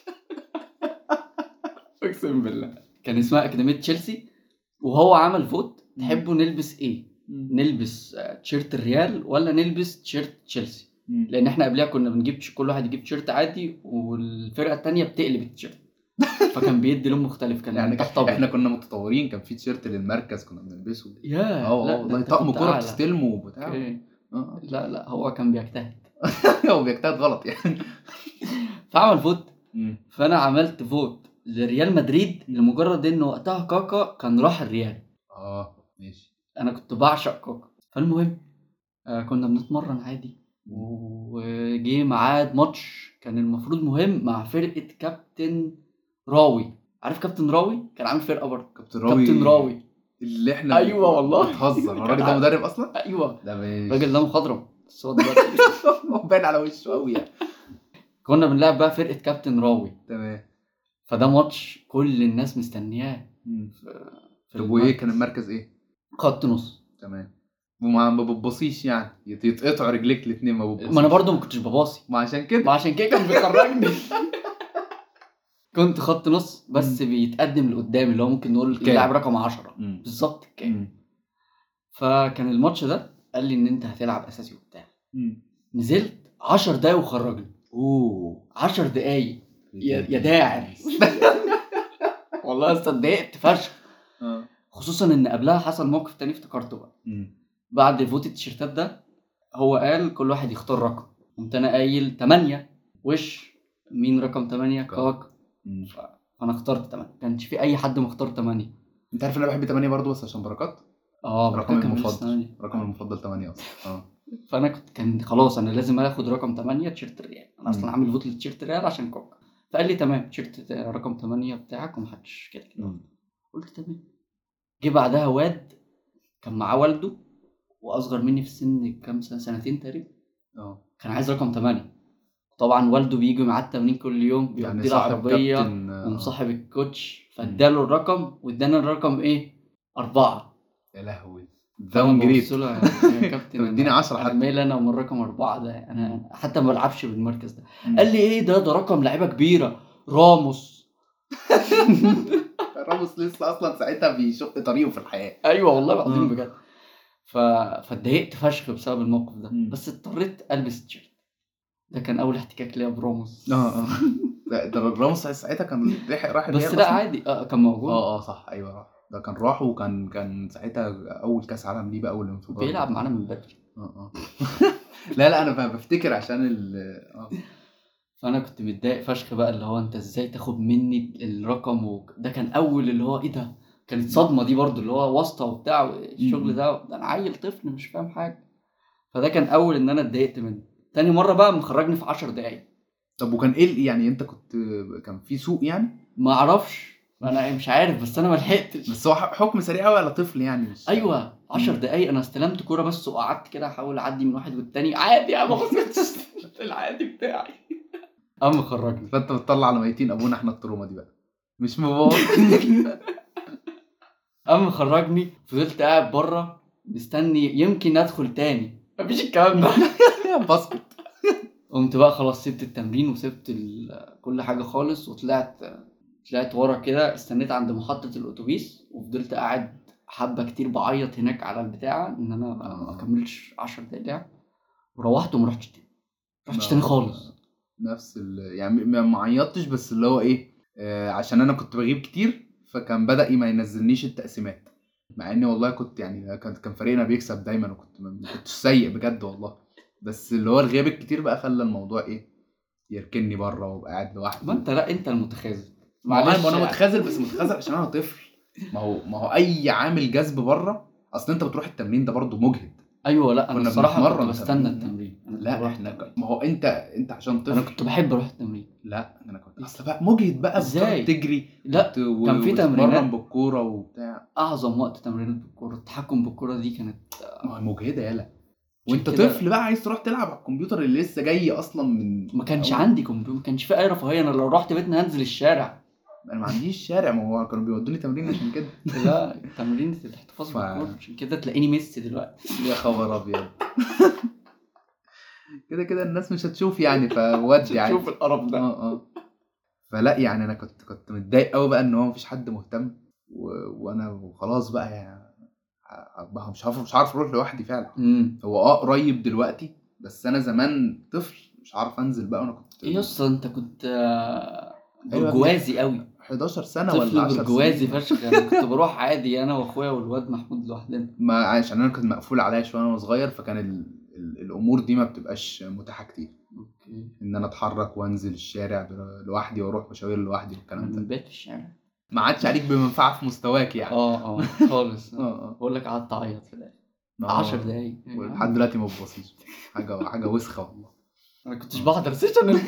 اقسم بالله كان اسمها اكاديميه تشيلسي. وهو عمل فوت تحبوا نلبس ايه، نلبس آه، تيشيرت الريال ولا نلبس تيشيرت تشيلسي. لان احنا قبلها كنا بنجيب تش- كل واحد يجيب تيشيرت عادي والفرقه التانية بتقلب التيشيرت. فكان بيدي لون مختلف كان يعني تحت أبيض. احنا كنا متطورين، كان في تيشيرت للمركز كنا بنلبسه. يا اه لا اه ده والله انت طقم كنت كوره أعلى. بتستلمه وبتاع. اوكي. اه لا لا هو كان بيجتهد. اه هو بيجتهد غلط يعني. فعمل فوت. مم. فانا عملت فوت لريال مدريد لمجرد ان وقتها كاكا كان راح الريال. اه ماشي. انا كنت بعشق كاكا. فالمهم آه كنا بنتمرن عادي وجي ميعاد ماتش كان المفروض مهم مع فرقه كابتن راوي. عارف كابتن راوي كان عامل فرقه برضه. كابتن راوي كابتن راوي اللي احنا ايوه والله بتهزر. هو كان الراجل ده عامل- مدرب اصلا؟ ايوه ده الراجل مش ده مخضرم بس هو دلوقتي باين على وشه قوي يعني. كنا بنلعب بقى فرقه كابتن راوي. تمام. فده ماتش كل الناس مستنياه. مم. في طب وايه المركز. كان المركز ايه؟ خط نص. تمام. وما ما بتبصيش يعني يت- يتقطعوا رجليك الاثنين ما بتبصيش. ما انا برضو ما كنتش بباصي. ما عشان ما كده عشان كده كان بيخرجني. كنت خط نص بس بيتقدم لقدام اللي هو ممكن نقول كام؟ اللاعب رقم عشرة مم. بالظبط كام. مم. فكان الماتش ده قال لي ان انت هتلعب اساسي وبتاع. مم. نزلت عشر دقايق وخرجني. اوه عشر دقايق يا يا داعر. والله اتضايقت فشخ. اه. خصوصا ان قبلها حصل موقف تاني افتكرته بقى. مم. بعد فوت التيشيرتات ده هو قال كل واحد يختار رقم. قمت انا قايل تمانية. وش مين رقم تمانية؟ كاكا. مم. فانا اخترت تمانية. كانش في اي حد مختار تمانية. انت عارف انا بحب تمانية برضو بس عشان بركات. اه رقم بركات كان بيلبس المفضل تمانية. رقم المفضل تمانية اصلا. اه. فانا كنت كان خلاص انا لازم اخد رقم تمانية تيشيرت الريال. انا اصلا مم. عامل فوت للتيشيرت الريال عشان كوكا. فقال لي تمام تيشيرت رقم تمانية بتاعك ومحدش كده كده. مم. قلت تمام. جه بعدها واد كان معاه والده واصغر مني في السن كام سنه سنتين تقريبا. اه. كان عايز رقم تمانية. طبعا والده بيجي معاه التمرين كل يوم يعني بيوديه صاحب العربيه كابتن آه. ومصاحب الكوتش فاداله الرقم وادانا الرقم ايه أربعة. يا لهوي فأنا داون جريد. ببص له يا كابتن طب اديني أنا- عشرة انا حتى. مال انا من الرقم أربعة ده. انا حتى ما بلعبش بالمركز ده. مم. قال لي ايه ده ده رقم لعيبه كبيره راموس. راموس لسه اصلا ساعتها بيشق طريقه في الحياه. ايوه والله العظيم مم. بجد. ف... فاتضايقت فشخ بسبب الموقف ده. مم. بس اضطريت البس التيشيرت. ده كان اول احتكاك ليا براموس. اه اه. ده ده راموس ساعتها كان رايح رايح بس الريال لا أصلاً؟ عادي اه كان موجود. اه اه صح ايوه راح. ده كان راح وكان كان ساعتها اول كاس عالم ليه بقى والانفجار. بيلعب معانا من بدري. اه اه. لا لا انا ب- بفتكر عشان ال اه فانا كنت متضايق فشخ بقى اللي هو انت ازاي تاخد مني الرقم و... ده كان اول اللي هو ايه ده. كانت صدمه دي برضو اللي هو واسطه وبتاع الشغل ده. ده انا عيل طفل مش فاهم حاجه. فده كان اول ان انا اتضايقت منه. تاني مره بقى مخرجني في عشر دقايق. طب وكان ايه ال- يعني انت كنت كان في سوق يعني ما اعرفش انا مش عارف بس انا ما لحقتش. بس هو ح- حكم سريع قوي على طفل يعني مش ايوه عشر مم. دقايق انا استلمت كوره بس وقعدت كده احاول اعدي من واحد والتاني عادي يا ما بصيتش العادي بتاعي. قام خرجني. فانت بتطلع على ميتين ابونا احنا التروما دي بقى مش مبوظ. قام خرجني فضلت قاعد بره مستني يمكن ادخل تاني. مفيش الكلام ده. باسكت. قمت بقى خلاص سبت التمرين وسبت ال- كل حاجه خالص وطلعت طلعت ورا كده استنيت عند محطه الاتوبيس وفضلت قاعد حبه كتير بعيط هناك على البتاع ان انا ما اكملش عشر دقايق لعب. وروحت وما رحتش تاني. رحتش تاني خالص. نفس ال يعني ما ما عيطتش بس اللي هو ايه آه عشان انا كنت بغيب كتير فكان بدأ ما ينزلنيش التقسيمات مع اني والله كنت يعني كان كان فريقنا بيكسب دايما وكنت ما كنتش سيء بجد والله بس اللي هو الغياب الكتير بقى خلى الموضوع ايه يركني بره وابقى قاعد لوحدي. ما انت لا انت المتخاذل. ما هو معلش انا يعني. متخاذل بس متخاذل عشان انا طفل. ما هو ما هو اي عامل جذب بره اصل انت بتروح التمرين ده برضو مجهد. ايوه لا انا كنا الصراحه كنت بنتمرن بستنى تمرين. التمرين. أنا كنت لا بروح احنا التمرين. ما هو انت انت عشان طفل انا كنت بحب اروح التمرين. لا انا كنت اصل بقى مجهد بقى إزاي؟ بتقعد تجري لا وت- و- كان في وتتمرن تمرينات. بالكوره وبتاع. اعظم وقت تمرينات بالكوره التحكم بالكوره دي كانت ما هي مجهده يالا وانت كده. طفل بقى عايز تروح تلعب على الكمبيوتر اللي لسه جاي اصلا من ما كانش أول- عندي كمبيوتر. ما كانش في اي رفاهيه. انا لو رحت بيتنا هنزل الشارع. انا ما عنديش شارع ما هو كانوا بيودوني تمرين عشان كده. لا تمرين الاحتفاظ ف- بالكوره عشان كده تلاقيني ميسي دلوقتي. يا خبر ابيض. كده كده الناس مش هتشوف يعني فودي عادي. شوف القرف ده. اه اه فلا يعني انا كنت كنت متضايق قوي بقى ان هو مفيش حد مهتم و... وانا وخلاص بقى يعني بقى مش عارف مش عارف اروح لوحدي فعلا. امم هو اه قريب دلوقتي بس انا زمان طفل مش عارف انزل بقى وانا كنت ايه يسطا انت كنت آه، أيوة برجوازي قوي. حداشر سنه ولا طفل عشر برجوازي سنين. فشخ. انا كنت بروح عادي انا واخويا والواد محمود لوحدنا. ما عشان انا كنت مقفول عليا شويه وانا صغير فكان ال... ال... الامور دي ما بتبقاش متاحه كتير اوكي. ان انا اتحرك وانزل الشارع لوحدي واروح مشاوير لوحدي والكلام من ده بيت في الشارع. ما عادش عليك بمنفعه في مستواك يعني. اه اه خالص. اه اه بقول لك قعدت اعيط في الاخر آه. عشر دقايق. ولحد دلوقتي ما ببصيش حاجه حاجه وسخه والله. انا كنتش بحضر سيشن الب...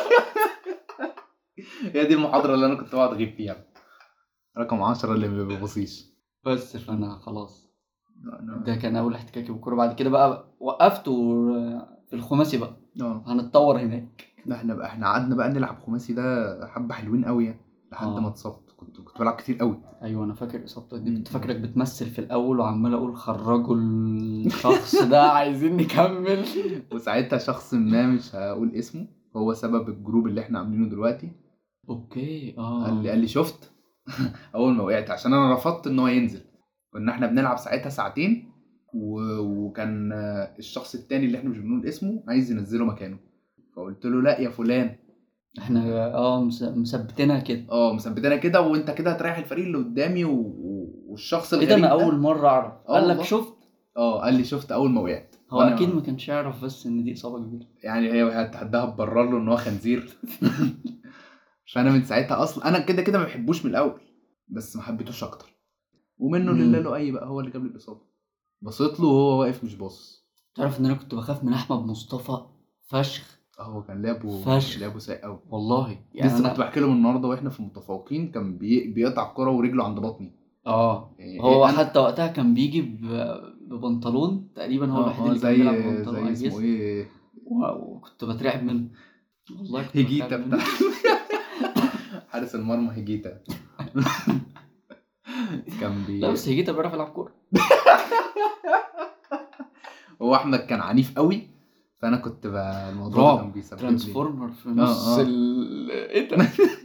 هي دي المحاضره اللي انا كنت بقعد اغيب فيها، رقم عشرة اللي ما بيبصيش. بس فانا خلاص أنا- ده كان اول احتكاكي بالكوره. بعد كده بقى وقفت و... في الخماسي بقى اه هنتطور هناك. ده احنا بقى احنا قعدنا بقى نلعب خماسي ده حبه حلوين قوي يعني، لحد آه. ما اتصبت. كنت كنت بلعب كتير قوي. ايوه انا فاكر اصابتك دي، كنت مم. فاكرك بتمثل في الاول وعمال اقول خرجوا الشخص ده عايزين نكمل. وساعتها شخص ما مش هقول اسمه هو سبب الجروب اللي احنا عاملينه دلوقتي. اوكي اه قال لي قال لي شفت اول ما وقعت عشان انا رفضت ان هو ينزل. كنا احنا بنلعب ساعتها ساعتين و... وكان آه، الشخص التاني اللي احنا مش بنقول اسمه عايز ينزله مكانه، فقلت له لا يا فلان، احنا اه مس- مثبتينها كده. اه مثبتنا كده وانت كده هتريح الفريق اللي قدامي و... و- والشخص ايه ده الغريب انا ده اول مره اعرف. آه قال لك والله. شفت. اه قال لي شفت اول ما وقعت. هو وأنا- اكيد ما كانش يعرف بس ان دي اصابه كبيره. يعني هي هتحدها تبرر له ان هو خنزير. فانا من ساعتها اصلا انا كده كده ما بحبوش من الاول، بس ما حبيتوش اكتر. ومنه مم. لله له اي بقى هو اللي جاب لي الاصابه. بصيت له وهو واقف مش باص. تعرف ان انا كنت بخاف من احمد مصطفى فشخ اه هو كان لعبه فشخ. لعبه سيء قوي. والله يعني لسه كنت انا بحكي لهم النهارده واحنا في المتفوقين كان بي... بيقطع الكرة ورجله عند بطني. اه إيه هو إيه أنا- حتى وقتها كان بيجي ب... ببنطلون تقريبا، هو اه الوحيد اه اللي كان زي بيلعب ببنطلون زي على اسمه الجسم. ايه و- وكنت بترعب منه والله، كنت هيجيتا بترعب بتاع منه. حارس المرمى هيجيتا. كان بي لا بس هيجيتا بيعرف يلعب كوره. هو احمد كان عنيف قوي، فانا كنت بقى الموضوع ده كان رعب بيسبب لي ترانسفورمر في اه نص اه ال... ايه ده.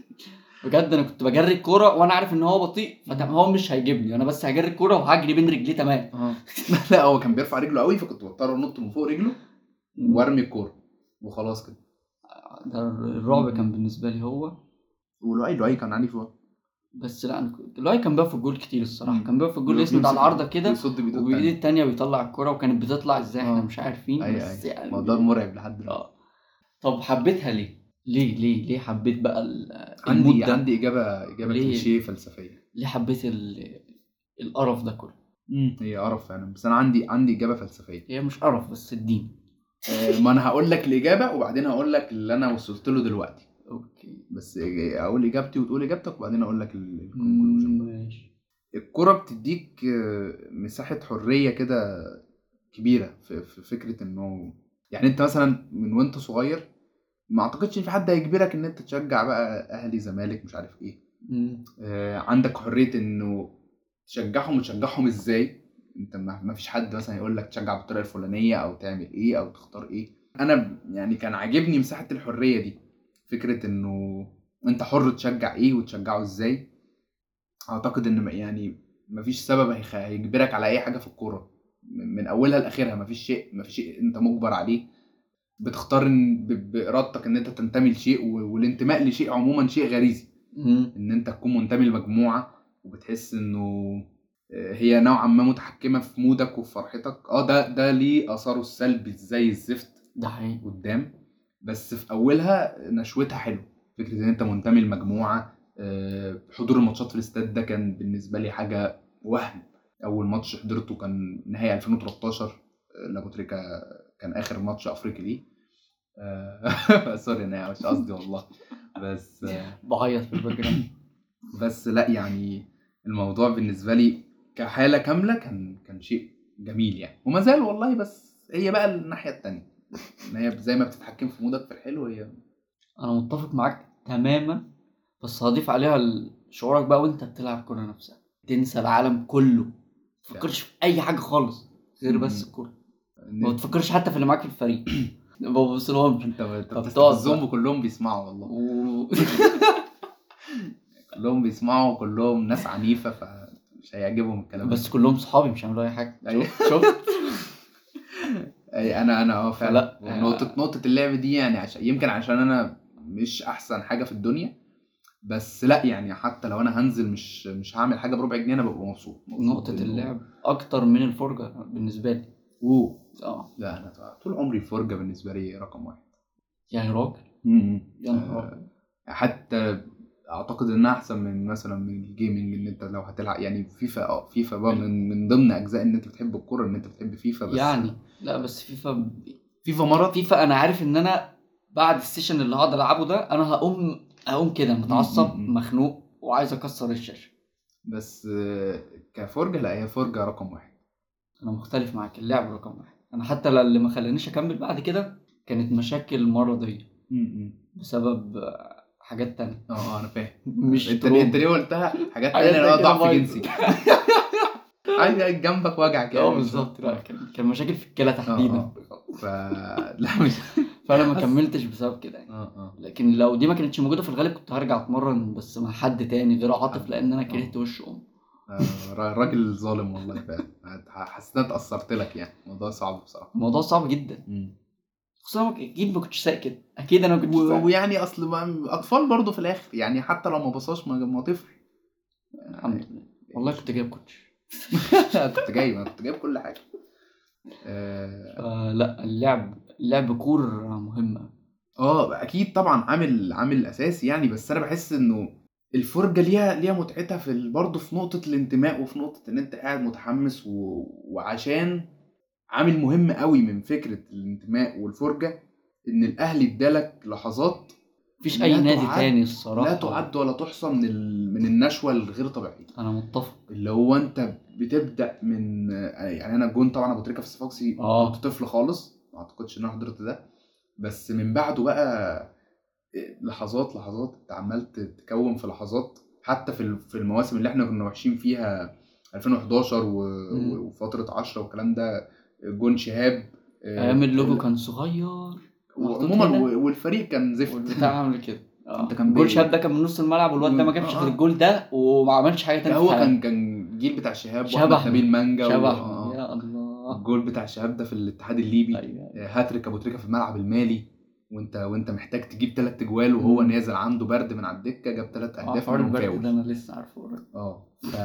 بجد انا كنت بجري الكوره وانا عارف ان هو بطيء، فهو مش هيجيبني، انا بس هجري الكوره وهجري بين رجليه تمام. اه لا هو كان بيرفع رجله قوي فكنت بضطر انط من فوق رجله وارمي الكوره وخلاص كده. ده الرعب كان بالنسبه لي هو. ولؤي لؤي كان عنيف هو. بس لا انا كنت لؤي كان بيقف في الجول كتير الصراحه، مم. كان بيقف في الجول بيقف يسند على يمسك العارضه كده ويصد بايده وبايده التانية. التانية ويطلع الكوره، وكانت بتطلع ازاي احنا آه. مش عارفين اي بس اي يعني الموضوع مرعب لحد دلوقتي. اه. طب حبيتها ليه؟ ليه ليه ليه حبيت بقى ال- عندي المود ده؟ عندي اجابه اجابه ليه؟ كليشيه فلسفيه. ليه حبيت ال- القرف ده كله؟ هي قرف فعلا بس انا عندي عندي اجابه فلسفيه. هي مش قرف بس الدين. آه، ما انا هقول لك الاجابه وبعدين هقول لك اللي انا وصلت له دلوقتي. اوكي بس اقول اجابتي وتقول اجابتك وبعدين اقول لك الكونكلوجن. ماشي. الكرة بتديك آه، مساحة حرية كده كبيرة في في فكرة انه يعني انت مثلا من وانت صغير ما اعتقدش ان في حد هيجبرك ان انت تشجع بقى اهلي زمالك مش عارف ايه. مم. آه، عندك حرية انه تشجعهم وتشجعهم ازاي. انت ما ما فيش حد مثلا يقول لك تشجع بالطريقة الفلانية او تعمل ايه او تختار ايه. انا ب- يعني كان عاجبني مساحة الحرية دي، فكرة انه انت حر تشجع ايه وتشجعه ازاي. اعتقد ان م- يعني مفيش سبب هيخ- هيجبرك على اي حاجه في الكوره من من اولها لاخرها. مفيش شيء مفيش شيء انت مجبر عليه. بتختار إن- ب- بارادتك ان انت تنتمي لشيء و- والانتماء لشيء عموما شيء غريزي. مم. ان انت تكون منتمي لمجموعه وبتحس انه آه، هي نوعا ما متحكمه في مودك وفي فرحتك. اه ده ده ليه اثاره السلبي زي الزفت ده حقيقي. قدام، بس في اولها نشوتها حلو. فكره ان انت منتمي لمجموعه. آه، حضور الماتشات في الاستاد ده كان بالنسبه لي حاجه وهم. اول ماتش حضرته كان نهائي ألفين وتلتاشر آه، لابو تريكا، كان اخر ماتش افريقي ليه. آه، سوري انا مش قصدي والله. بس آه، بعيط في الباك جراوند. بس لا يعني الموضوع بالنسبه لي كحاله كامله كان كان شيء جميل يعني وما زال والله. بس هي بقى الناحيه التانية ان هي زي ما بتتحكم في مودك في الحلو هي انا متفق معاك تماما، بس هضيف عليها ال- شعورك بقى وانت بتلعب كوره نفسها، تنسى العالم كله، ما تفكرش في اي حاجه خالص غير بس مم. الكوره. إن ما تفكرش حتى في اللي معاك في الفريق. ما ببصلهمش. انت انت فبتقعد بتستفزهم بقى. وكلهم بيسمعوا والله. و... كلهم بيسمعوا وكلهم ناس عنيفة فمش هيعجبهم الكلام بس ده. كلهم صحابي مش هيعملوا اي حاجه. أيوة. شفت شفت أي انا انا اه فعلا فلا. نقطة نقطة اللعب دي يعني عشان يمكن عشان انا مش احسن حاجة في الدنيا. بس لا يعني حتى لو انا هنزل مش مش هعمل حاجة بربع جنيه انا ببقى مبسوط. مبسوط نقطه إنه- اللعب اكتر من الفرجه بالنسبه لي. اوه اه لا انا طول عمري الفرجة بالنسبة لي رقم واحد. يعني راجل. امم يا نهار أبيض. حتى اعتقد انها احسن من مثلا من الجيمنج. ان انت لو هتلعب يعني فيفا اه فيفا بقى من من ضمن اجزاء ان انت بتحب الكوره ان انت بتحب فيفا. بس يعني لا بس فيفا فيفا مرض. فيفا انا عارف ان انا بعد السيشن اللي هقعد العبه ده انا هقوم هقوم كده متعصب م- م- م. مخنوق وعايز اكسر الشاشه. بس آه، كفرجه لا، هي فرجه رقم واحد. انا مختلف معاك، اللعب رقم واحد. انا حتى اللي ما خلانيش اكمل بعد كده كانت مشاكل مرضيه م- م. بسبب آه، حاجات تانية. اه اه انا فاهم. مش انت ليه انت تروما. ليه قلتها حاجات حاجات تانية؟ زي انا كده ضعف بايظة. جنسي. عايز جنبك وجعك يعني. اه بالظبط. لا كان كان مشاكل في الكلى اه تحديدا. اه ف لا مش فانا ما بس- كملتش بسبب كده يعني. اه اه لكن لو دي ما كانتش موجوده في الغالب كنت هرجع اتمرن بس مع حد تاني غير عاطف، حد. لان انا آه. كرهت وش ام. آه، را- راجل ظالم والله فعلا. حسيت اني اتأثرت لك يعني. الموضوع صعب بصراحة. الموضوع صعب جدا، مم. خصوصا اكيد ما كنتش ساكت، اكيد انا ما كنتش و- ساكت. ويعني اصل ما- اطفال برضو في الاخر يعني، حتى لو ما بصاش ما ما طفل. الحمد لله والله كنت جايب كوتش. كنت جايب انا كنت جايب كل حاجة. اه فلا اللعب اللعب كور مهمه. آه، اكيد طبعا عامل عامل اساسي يعني. بس انا بحس انه الفرجة ليها ليها متعتها في ال- برضه في نقطة الانتماء، وفي نقطة ان انت قاعد متحمس و... وعشان عامل مهم قوي من فكرة الانتماء والفرجة، ان الاهلي ادالك لحظات مفيش لا اي نادي تعد- تاني لا الصراحه. تعد ولا تحصى من ال... من النشوة الغير طبيعية. انا متفق. اللي هو انت بتبدأ من يعني انا الجون طبعا ابو تريكة في الصفاقسي آه. كنت طفل خالص، ما اعتقدش ان انا حضرت ده. بس من بعده بقى لحظات لحظات انت عمال تكون في لحظات، حتى في ال- في المواسم اللي احنا كنا وحشين فيها ألفين وحداشر و... مم. و- وفترة عشرة والكلام ده. جون شهاب ايام اللوجو ال- كان صغير محطوط وعموما هنا، و- والفريق كان زفت. والبتاع عامل كده. انت اه كان جول بي- شاب ده كان من نص الملعب والواد ده ما جابش آه، غير آه. الجول ده وما عملش حاجه لا تانية هو في كان حياته. كان جيل بتاع شهاب شهاب واحمد نبيل احمد مانجا شهاب و... احمد آه. يا الله. الجول بتاع شهاب ده في الاتحاد الليبي. ايوه هاتريك ابو تريكة في الملعب المالي، وانت وانت محتاج تجيب ثلاث اجوال وهو مم. نازل عنده برد من على الدكه، جاب ثلاث اه اهداف حوار منهم البرد ده فاول. انا لسه عارفه قريب. اه ف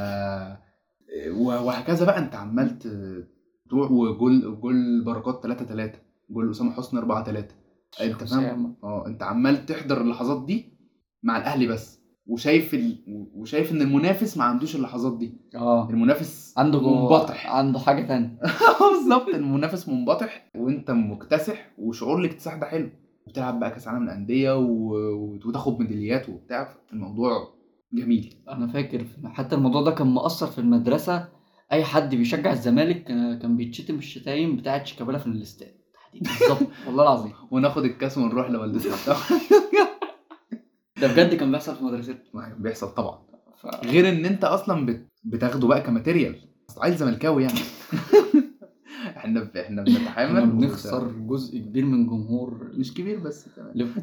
و- وهكذا بقى انت عمال ت- تروح. وجول جول بركات ثلاثة ثلاثة، جول اسامه حسني أربعة ثلاثة. انت شيخ فاهم؟ أسامة. اه انت عمال تحضر اللحظات دي مع الاهلي بس، وشايف ال... وشايف ان المنافس ما عندوش اللحظات دي. اه المنافس عنده منبطح. عنده حاجه تانية. بالظبط، المنافس منبطح وانت مكتسح، وشعور الاكتساح ده حلو. بتلعب بقى كاس عالم الانديه و... وتاخد ميداليات وبتاع، الموضوع جميل. انا فاكر حتى الموضوع ده كان مؤثر في المدرسه. اي حد بيشجع الزمالك كان كان بيتشتم الشتايم بتاعه شيكابالا في الاستاد تحديدا. بالظبط والله العظيم وناخد الكاس ونروح لوالدتنا. ده بجد كان بيحصل في مدرستنا. ما بيحصل طبعا. ف... غير ان انت اصلا بت... بتاخده بقى كماتيريال. أصل عيل زملكاوي يعني. احنا ب... احنا بنتحامل احنا وبت- بنخسر جزء كبير من جمهور مش كبير بس تمام. ليف-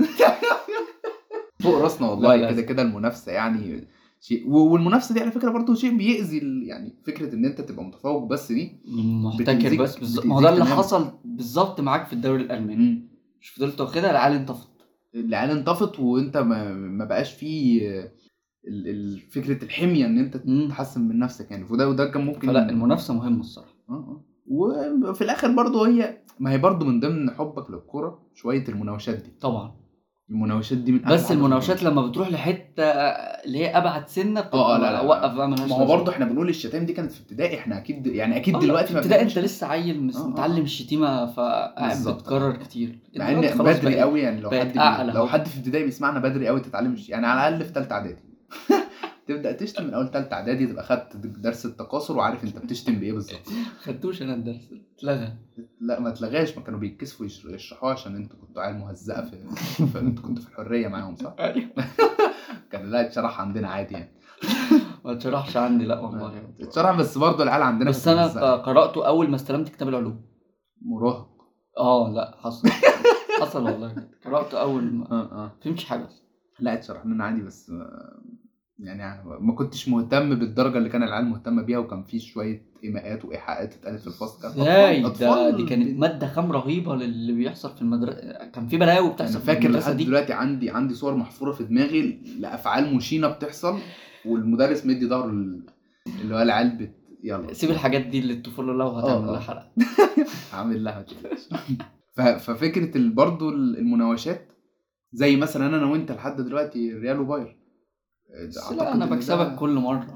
فوق راسنا والله. لا، لا. كده كده المنافسه يعني شيء، و- والمنافسه دي على فكره برضو شيء بيأذي ال... يعني فكره ان انت تبقى متفوق بس دي محتكر بتأذيك- بس بالظبط. بتأذيك ما هو ده اللي تماماً. حصل بالظبط معاك في الدوري الالماني. مم. مش فضلت واخدها العيال انطفت. العيال انطفت وانت ما, ما بقاش فيه ال... ال... فكره الحميه ان انت مم. تحسن من نفسك يعني. وده وده كان ممكن. فلا المنافسه مهمه الصراحه. اه اه وفي الاخر برضو هي ما هي برضو من ضمن حبك للكرة شويه المناوشات دي. طبعا. المناوشات دي من أحلى بس حاجة في المناوشات الكورة. لما بتروح لحته اللي هي ابعد سنه بتبقى اه اه لا لا وقف بقى ملهاش ما هو لازمة. برضو احنا بنقول الشتايم دي كانت في ابتدائي، احنا اكيد يعني اكيد آه، دلوقتي في ما ابتدائي بنعملش انت كده. لسه عيل مس- آه، آه، متعلم آه. الشتيمه فقاعد بالظبط. بتكرر كتير. مع دلوقتي ان خلاص بدري بقت- قوي يعني. لو بقت حد بي... أعلى لو أهو. حد في ابتدائي بيسمعنا بدري قوي تتعلم الش- يعني على الاقل في ثالثه اعدادي. تبدا تشتم من اول ثالثه اعدادي، تبقى خدت درس التكاثر وعارف انت بتشتم بايه بالظبط. خدتوش انا الدرس اتلغى. لا ما اتلغاش، ما كانوا بيتكسفوا يش- يشرحوها عشان انتوا كنتوا عيال مهزقه في, في انتوا كنتوا في الحريه معاهم صح؟ ايوه كان لا اتشرح عندنا عادي يعني. ما تشرحش عندي لا والله. اتشرح بس برضه العيال عندنا بس كانت انا مهزقة. قراته اول ما استلمت كتاب العلوم. مراهق. اه لا حصل. حصل والله قراته اول ما اه اه فهمتش حاجه. لا اتشرح لنا عادي بس آه، يعني ما كنتش مهتم بالدرجه اللي كان العيال مهتمه بيها، وكان في شويه ايماءات وايحاءات اتقالت في الفصل. كانت ازاي أطفال- ده أطفال دي كانت ماده خام رهيبه للي بيحصل في المدرسه. كان في بلاوي انا بتحصل في فاكر المدرسه لحد دي. دلوقتي عندي عندي صور محفوره في دماغي لافعال مشينه بتحصل، والمدرس مدي ظهره لل- اللي هو العيال بت... يلا سيب الحاجات دي للطفوله لو هتعمل آه، لها آه. حلقه. عامل لها كده. ف... ففكره ال- برضو المناوشات زي مثلا انا وانت لحد دلوقتي ريال وباير. بس أعتقد لا انا إن ده- بكسبك كل مره.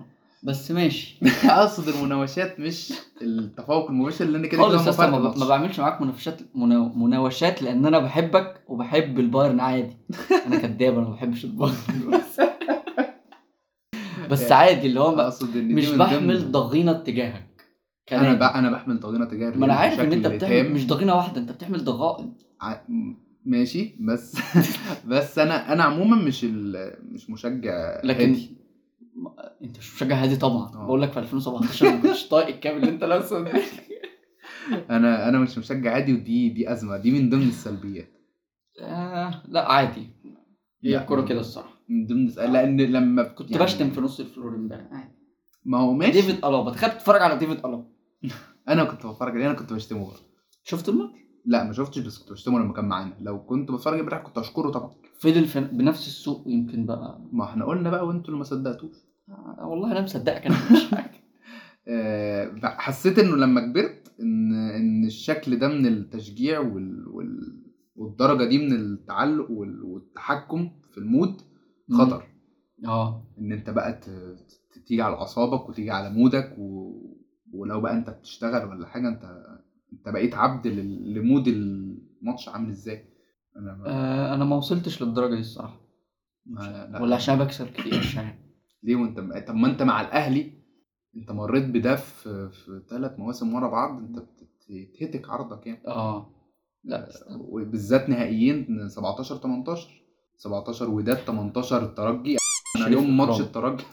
بس ماشي اقصد المناوشات مش التفوق المباشر اللي انا كده خالص كده يا اسطى، هم ما, فرق ب... ما ماتش. بعملش معاك مناوشات منا... مناوشات لان انا بحبك وبحب البايرن عادي. انا كداب، انا ما بحبش البايرن بس, بس عادي اللي هو ما... اقصد ان دي مش من بحمل ضمن ضغينه تجاهك انا كنادي. بقى انا بحمل ضغينه تجاه ما انا الريال عارف ان انت بشكل بتعمل تام. مش ضغينه واحده، انت بتعمل ضغائن. ع- ماشي بس بس انا انا عموما مش ال... مش مشجع لكن هادي. ما- انت مش مشجع هادي طبعا. آه. بقول لك في ألفين وسبعتاشر ما كنتش طايق الكاب اللي انت لابسه ده. انا انا مش مشجع عادي، ودي دي ازمه، دي من ضمن السلبيات. آه لا عادي، هي لا، الكوره من- كده الصراحه. من ضمن الس- لان لما كنت يعني بشتم في نص الفلور امبارح عادي. ما هو ماشي. ديفيد ألابا، تخيل تتفرج على ديفيد ألابا. انا كنت بتفرج عليه، انا كنت بشتمه برضه. شفت الماتش؟ لا ما شفتش، بس كنت بشتمه لما كان معانا. لو كنت بتفرج امبارح كنت اشكره طبعا. فضل في بنفس السوق يمكن بقى. ما احنا قلنا بقى وانتوا اللي ما صدقتوش. آه والله انا مصدقك، انا مش حاجه. آه، حسيت انه لما كبرت ان ان الشكل ده من التشجيع وال... وال... والدرجه دي من التعلق وال... والتحكم في المود خطر. اه ان انت بقى ت... ت- تيجي على اعصابك وتيجي على مودك و... ولو بقى انت بتشتغل ولا حاجه، انت انت بقيت عبد لل... لمود الماتش عامل ازاي. انا ما... آه، انا ما وصلتش للدرجه دي الصراحه. ما... لا. ولا عشان بكسب كتير مش عارف. ليه وانت طب ما انت مع الاهلي انت مريت بده في في ثلاث مواسم ورا بعض، انت بتهتك عرضك يعني. اه لا استنى. وبالذات نهائيين سبعتاشر تمنتاشر سبعتاشر وداد تمنتاشر الترجي. انا شريف يوم ماتش إكرام. الترجي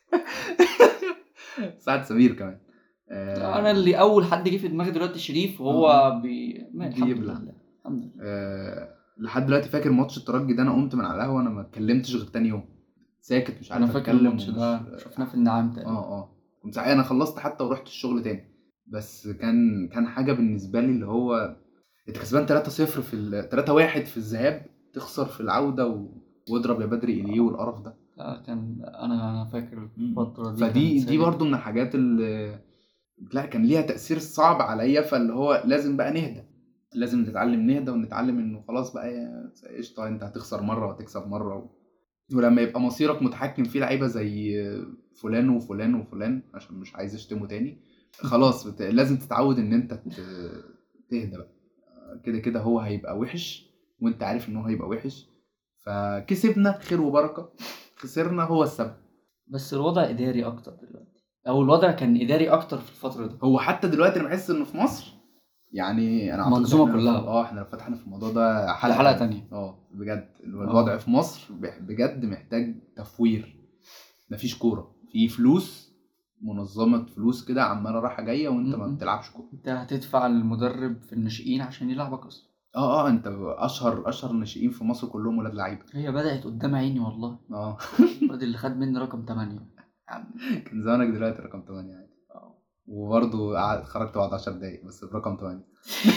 سعد سمير كمان. آه، انا اللي اول حد جه في دماغي دلوقتي شريف، وهو بي ما الحمد بيبلع. لله الحمد لله. آه، لحد دلوقتي فاكر ماتش الترجي ده. انا قمت من على القهوه انا ما اتكلمتش غير تاني يوم، ساكت مش عارف انا فاكر اتكلم الماتش ومش- ده شفناه في النعام تقريبا. اه اه كنت ساعتها انا خلصت حتى ورحت الشغل تاني. بس كان كان حاجه بالنسبه لي اللي هو انت كسبان ثلاثة صفر في ال ثلاثة واحد في الذهاب، تخسر في العوده و... واضرب يا بدري اليه والقرف ده. لا كان انا انا فاكر الفتره دي فدي كانت دي سيئة. برضو من الحاجات اللي لا كان ليها تأثير صعب عليا. فاللي هو لازم بقى نهدى، لازم نتعلم نهدى ونتعلم انه خلاص بقى يا قشطه، انت هتخسر مره وهتكسب مره و... ولما يبقى مصيرك متحكم فيه لعيبه زي فلان وفلان وفلان، عشان مش عايز اشتمه تاني، خلاص بت... لازم تتعود ان انت ت... تهدى بقى. كده كده هو هيبقى وحش وانت عارف ان هو هيبقى وحش، فكسبنا خير وبركه، خسرنا هو السبب. بس الوضع اداري اكتر دلوقتي، او الوضع كان اداري اكتر في الفتره دي. هو حتى دلوقتي انا بحس انه في مصر يعني انا أعتقد منظومة إحنا لو- كلها. اه احنا لو فتحنا في الموضوع ده حلقه, حلقة تانية. اه بجد الوضع في مصر بح- بجد محتاج تفوير. مفيش كوره، في فلوس، منظمه فلوس كده عماله رايحه جايه وانت ما م-م. بتلعبش كوره. انت هتدفع للمدرب في الناشئين عشان يلعبك اصلا. اه اه انت اشهر اشهر ناشئين في مصر كلهم ولاد لعيبه. هي بدأت قدام عيني والله. اه الواد اللي خد مني رقم تمانية. كان زمانك دلوقتي رقم ثمانية عادي. وبرضه قعدت خرجت بعد عشر دقايق بس برقم ثمانية.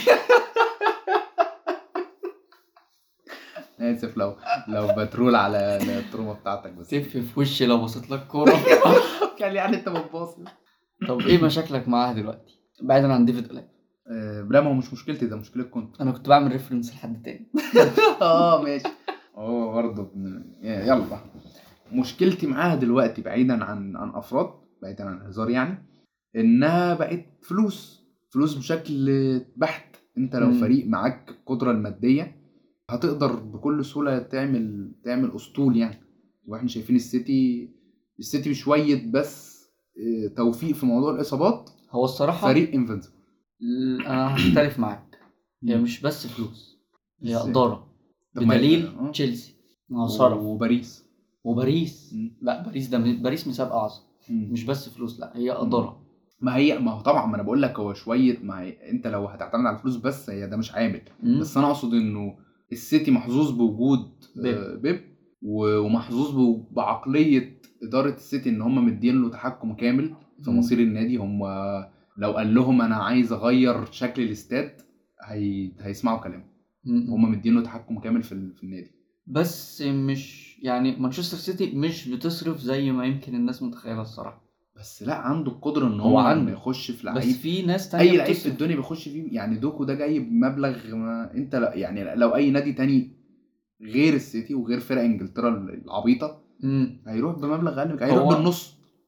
انا اسف لو لو بترول على التروما بتاعتك بس تف في وشي لو بصيت لك كوره. يعني يعني انت بتباصي. طب ايه مشاكلك معاها دلوقتي بعيدا عن ديفيد ألابا؟ آه، لا ما هو مش مشكلتي، ده مشكلة كنت. انا كنت بعمل ريفرنس لحد تاني. اه ماشي. اه برضه بن- يلا مشكلتي معاها دلوقتي بعيدا عن عن افراد، بعيدا عن الهزار يعني، انها بقت فلوس فلوس بشكل بحت. انت لو مم. فريق معاك القدرة المادية هتقدر بكل سهولة تعمل تعمل اسطول يعني. واحنا شايفين السيتي السيتي بشوية بس آه، توفيق في موضوع الاصابات هو الصراحه فريق انفنسبل. ل- انا هختلف معاك. هي مش بس فلوس، هي إزاي؟ اداره. طب ما- بدليل آه. تشيلسي ما هو صرف، وباريس. وباريس مم. لا باريس ده باريس مسابقه اعظم. مم. مش بس فلوس، لا هي اداره. ما هي ما هو طبعا ما انا بقول لك هو شويه. ما هي انت لو هتعتمد على الفلوس بس هي ده مش عامل. مم. بس انا اقصد انه السيتي محظوظ بوجود بيب. آه، بيب و- ومحظوظ ب- بعقليه اداره السيتي ان هم مدين له تحكم كامل في مم. مصير النادي. هم لو قال لهم انا عايز اغير شكل الاستاد هي... هيسمعوا كلامه. مم. هم مدين له تحكم كامل في ال- في النادي. بس مش يعني مانشستر سيتي مش بتصرف زي ما يمكن الناس متخيله الصراحه. بس لا عنده القدره ان هو هو عنده. يخش في بس لعيب. في ناس تانية اي لعيب في بتصرف. الدنيا بيخش فيه يعني. دوكو ده جاي بمبلغ ما انت لا يعني لو اي نادي تاني غير السيتي وغير فرق انجلترا العبيطه مم. هيروح بمبلغ اقل، هيروح هو- بالنص.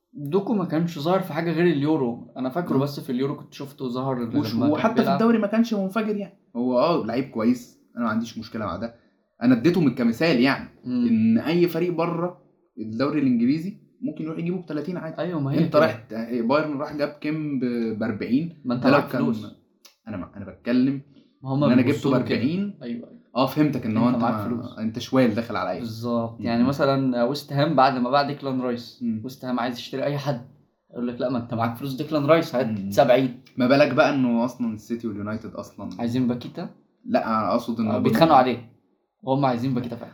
دوكو ما كانش ظاهر في حاجه غير اليورو، انا فاكره آه. بس في اليورو كنت شفته ظهر وش- لما كان وحتى في بيلعب. الدوري ما كانش منفجر يعني، هو اه لعيب كويس، انا ما عنديش مشكله مع ده. انا اديته من كمثال يعني مم. ان اي فريق بره الدوري الانجليزي ممكن يروح يجيبه ب ثلاثين عادي. ايوه ما هي انت كده. رايح بايرن راح جاب كيم ب أربعين، ما انت ده لو معاك كان فلوس. انا ما... انا بتكلم ما هما ان انا جبته ب بيبصوا له كده. أربعين. ايوه ايوه اه فهمتك ان هو انت انت معاك ما... فلوس. انت شوال داخل عليا. بالظبط. م- يعني م. مثلا ويست هام بعد ما باع ديكلان رايس، م. ويست هام عايز يشتري اي حد، يقول لك لا ما انت معاك فلوس ديكلان رايس هات م. سبعين. ما بالك بقى انه اصلا السيتي واليونايتد اصلا عايزين باكيتا. لا انا اقصد آه، انه بيتخانقوا عليه وهم عايزين باكيتا فعلا.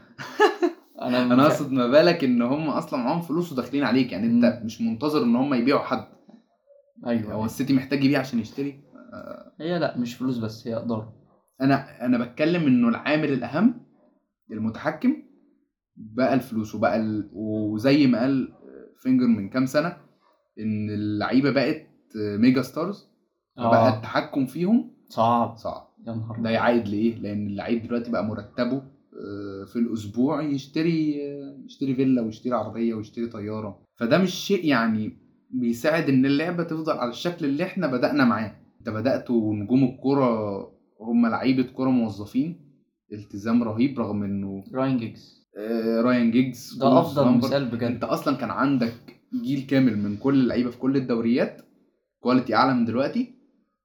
انا انا مش اقصد ما بالك ان هم اصلا معاهم فلوس وداخلين عليك، يعني انت مم. مش منتظر ان هم يبيعوا حد. ايوه هو أيوة. السيتي محتاج يبيع عشان يشتري. هي لا مش فلوس بس هي اداره. انا انا بتكلم انه العامل الاهم المتحكم بقى الفلوس، وبقى ال... وزي ما قال فينجر من كام سنه ان اللعيبه بقت ميجا ستارز، فبقى اه التحكم فيهم صعب. صعب. يا نهار ده يعايد لايه؟ لان اللعيب دلوقتي بقى مرتبه آه، في الاسبوع يشتري آه، يشتري فيلا ويشتري عربيه ويشتري طياره، فده مش شيء يعني بيساعد ان اللعبه تفضل على الشكل اللي احنا بدأنا معاه. انت بدأت ونجوم الكرة هم لعيبه كرة موظفين التزام رهيب، رغم انه راين جيجز آه، رايان جيجز ده كول افضل لامبرد. مثال بجد. انت اصلا كان عندك جيل كامل من كل اللعيبه في كل الدوريات، كواليتي اعلى من دلوقتي،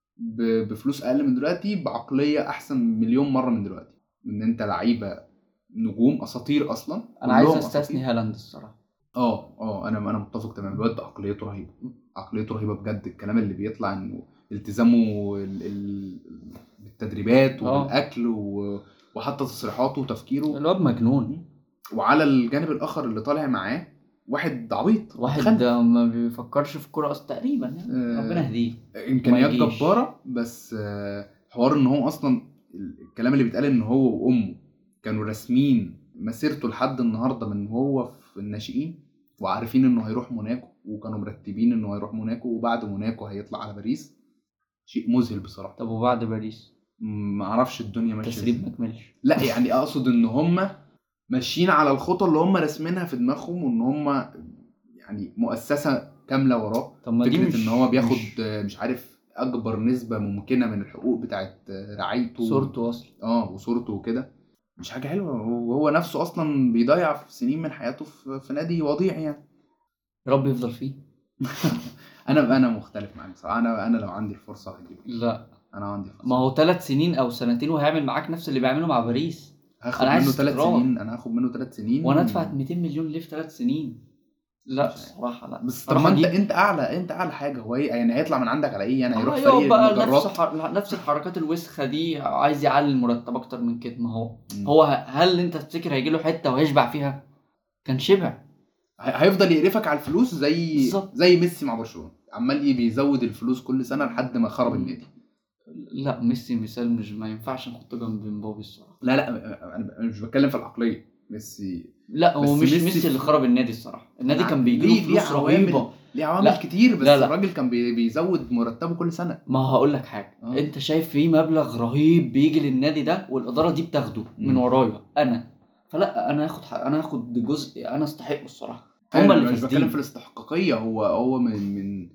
ب- بفلوس اقل من دلوقتي، بعقليه احسن مليون مره من دلوقتي. ان انت لعيبه نجوم اساطير اصلا، انا عايز كلهم استثني اساطير. هالاند الصراحه. اه اه انا انا متفق تماما، الواد عقليته رهيبه، عقليته رهيبه بجد. الكلام اللي بيطلع انه التزامه ال- ال- بالتدريبات اه وبالاكل و- وحتى تصريحاته وتفكيره. الواد مجنون. وعلى الجانب الاخر اللي طالع معاه واحد عبيط واحد متخلف. ما بيفكرش في الكوره اصلا تقريبا يعني. آه، ربنا يهديه. امكانيات وما يجيش. جباره، بس آه، حوار ان هو اصلا الكلام اللي بيتقال ان هو وامه كانوا راسمين مسيرته لحد النهارده من هو في الناشئين، وعارفين انه هيروح موناكو، وكانوا مرتبين انه هيروح موناكو، وبعد موناكو هيطلع على باريس. شيء مذهل بصراحه. طب وبعد باريس ما اعرفش الدنيا ماشيه التسريب ازاي. ما كملش. لا يعني اقصد ان هم ماشيين على الخطة اللي هم راسمينها في دماغهم، وان هم يعني مؤسسة كاملة وراه. طب ما دي فكرة مش ان هو بياخد مش آه، مش عارف اكبر نسبة ممكنة من الحقوق بتاعت آه، رعايته صورته اصلا. اه وصورته وكده، مش حاجة حلوة. هو هو نفسه اصلا بيضيع في سنين من حياته في في نادي وضيع يعني. يا رب يفضل فيه. انا انا مختلف معاك بصراحة. انا انا لو عندي الفرصة هجيبه. لا انا عندي فرصة ما هو ثلاث سنين او سنتين وهيعمل معاك نفس اللي بيعمله مع باريس. هاخد انا عايز منه ثلاث استقرار. سنين انا هاخد منه ثلاث سنين وانا ادفع مئتين مليون ليه في ثلاث سنين؟ لا مش عارف. الصراحه لا. بس طب أروح ما انت أجيب- انت اعلى انت اعلى حاجه. هو ايه يعني؟ هيطلع من عندك على ايه يعني؟ هيروح آه، يقعد فريق بقى نفس المجرات. حر... نفس الحركات الوسخه دي، عايز يعلي المرتب اكتر من كده. ما هو مم. هو ه- هل انت تفتكر هيجي له حته وهيشبع فيها؟ كان شبع. هي- هيفضل يقرفك على الفلوس زي بالظبط. زي ميسي مع برشلونه، عمال ايه بيزود الفلوس كل سنه لحد ما خرب مم. النادي. لا ميسي مثال مش ما ينفعش نحطه جنب مبابي الصراحه. لا لا انا أنا مش بتكلم في العقليه ميسي. لا هو بس مش ميسي ميسي في- اللي خرب النادي الصراحه. النادي أنا كان ع- بيجيله ليه- ليه فلوس عوامل- رهيبه. ليه عوامل لا. كتير، بس لا لا. الراجل كان بي- بيزود مرتبه كل سنه. ما هقول لك حاجه. آه. انت شايف في مبلغ رهيب بيجي للنادي ده والاداره دي بتاخده من مم. ورايا انا. فلا انا هاخد حق. انا هاخد جزء انا استحقه الصراحه. انا هم اللي مش بتكلم في فاسدين. الاستحقاقيه. هو هو من من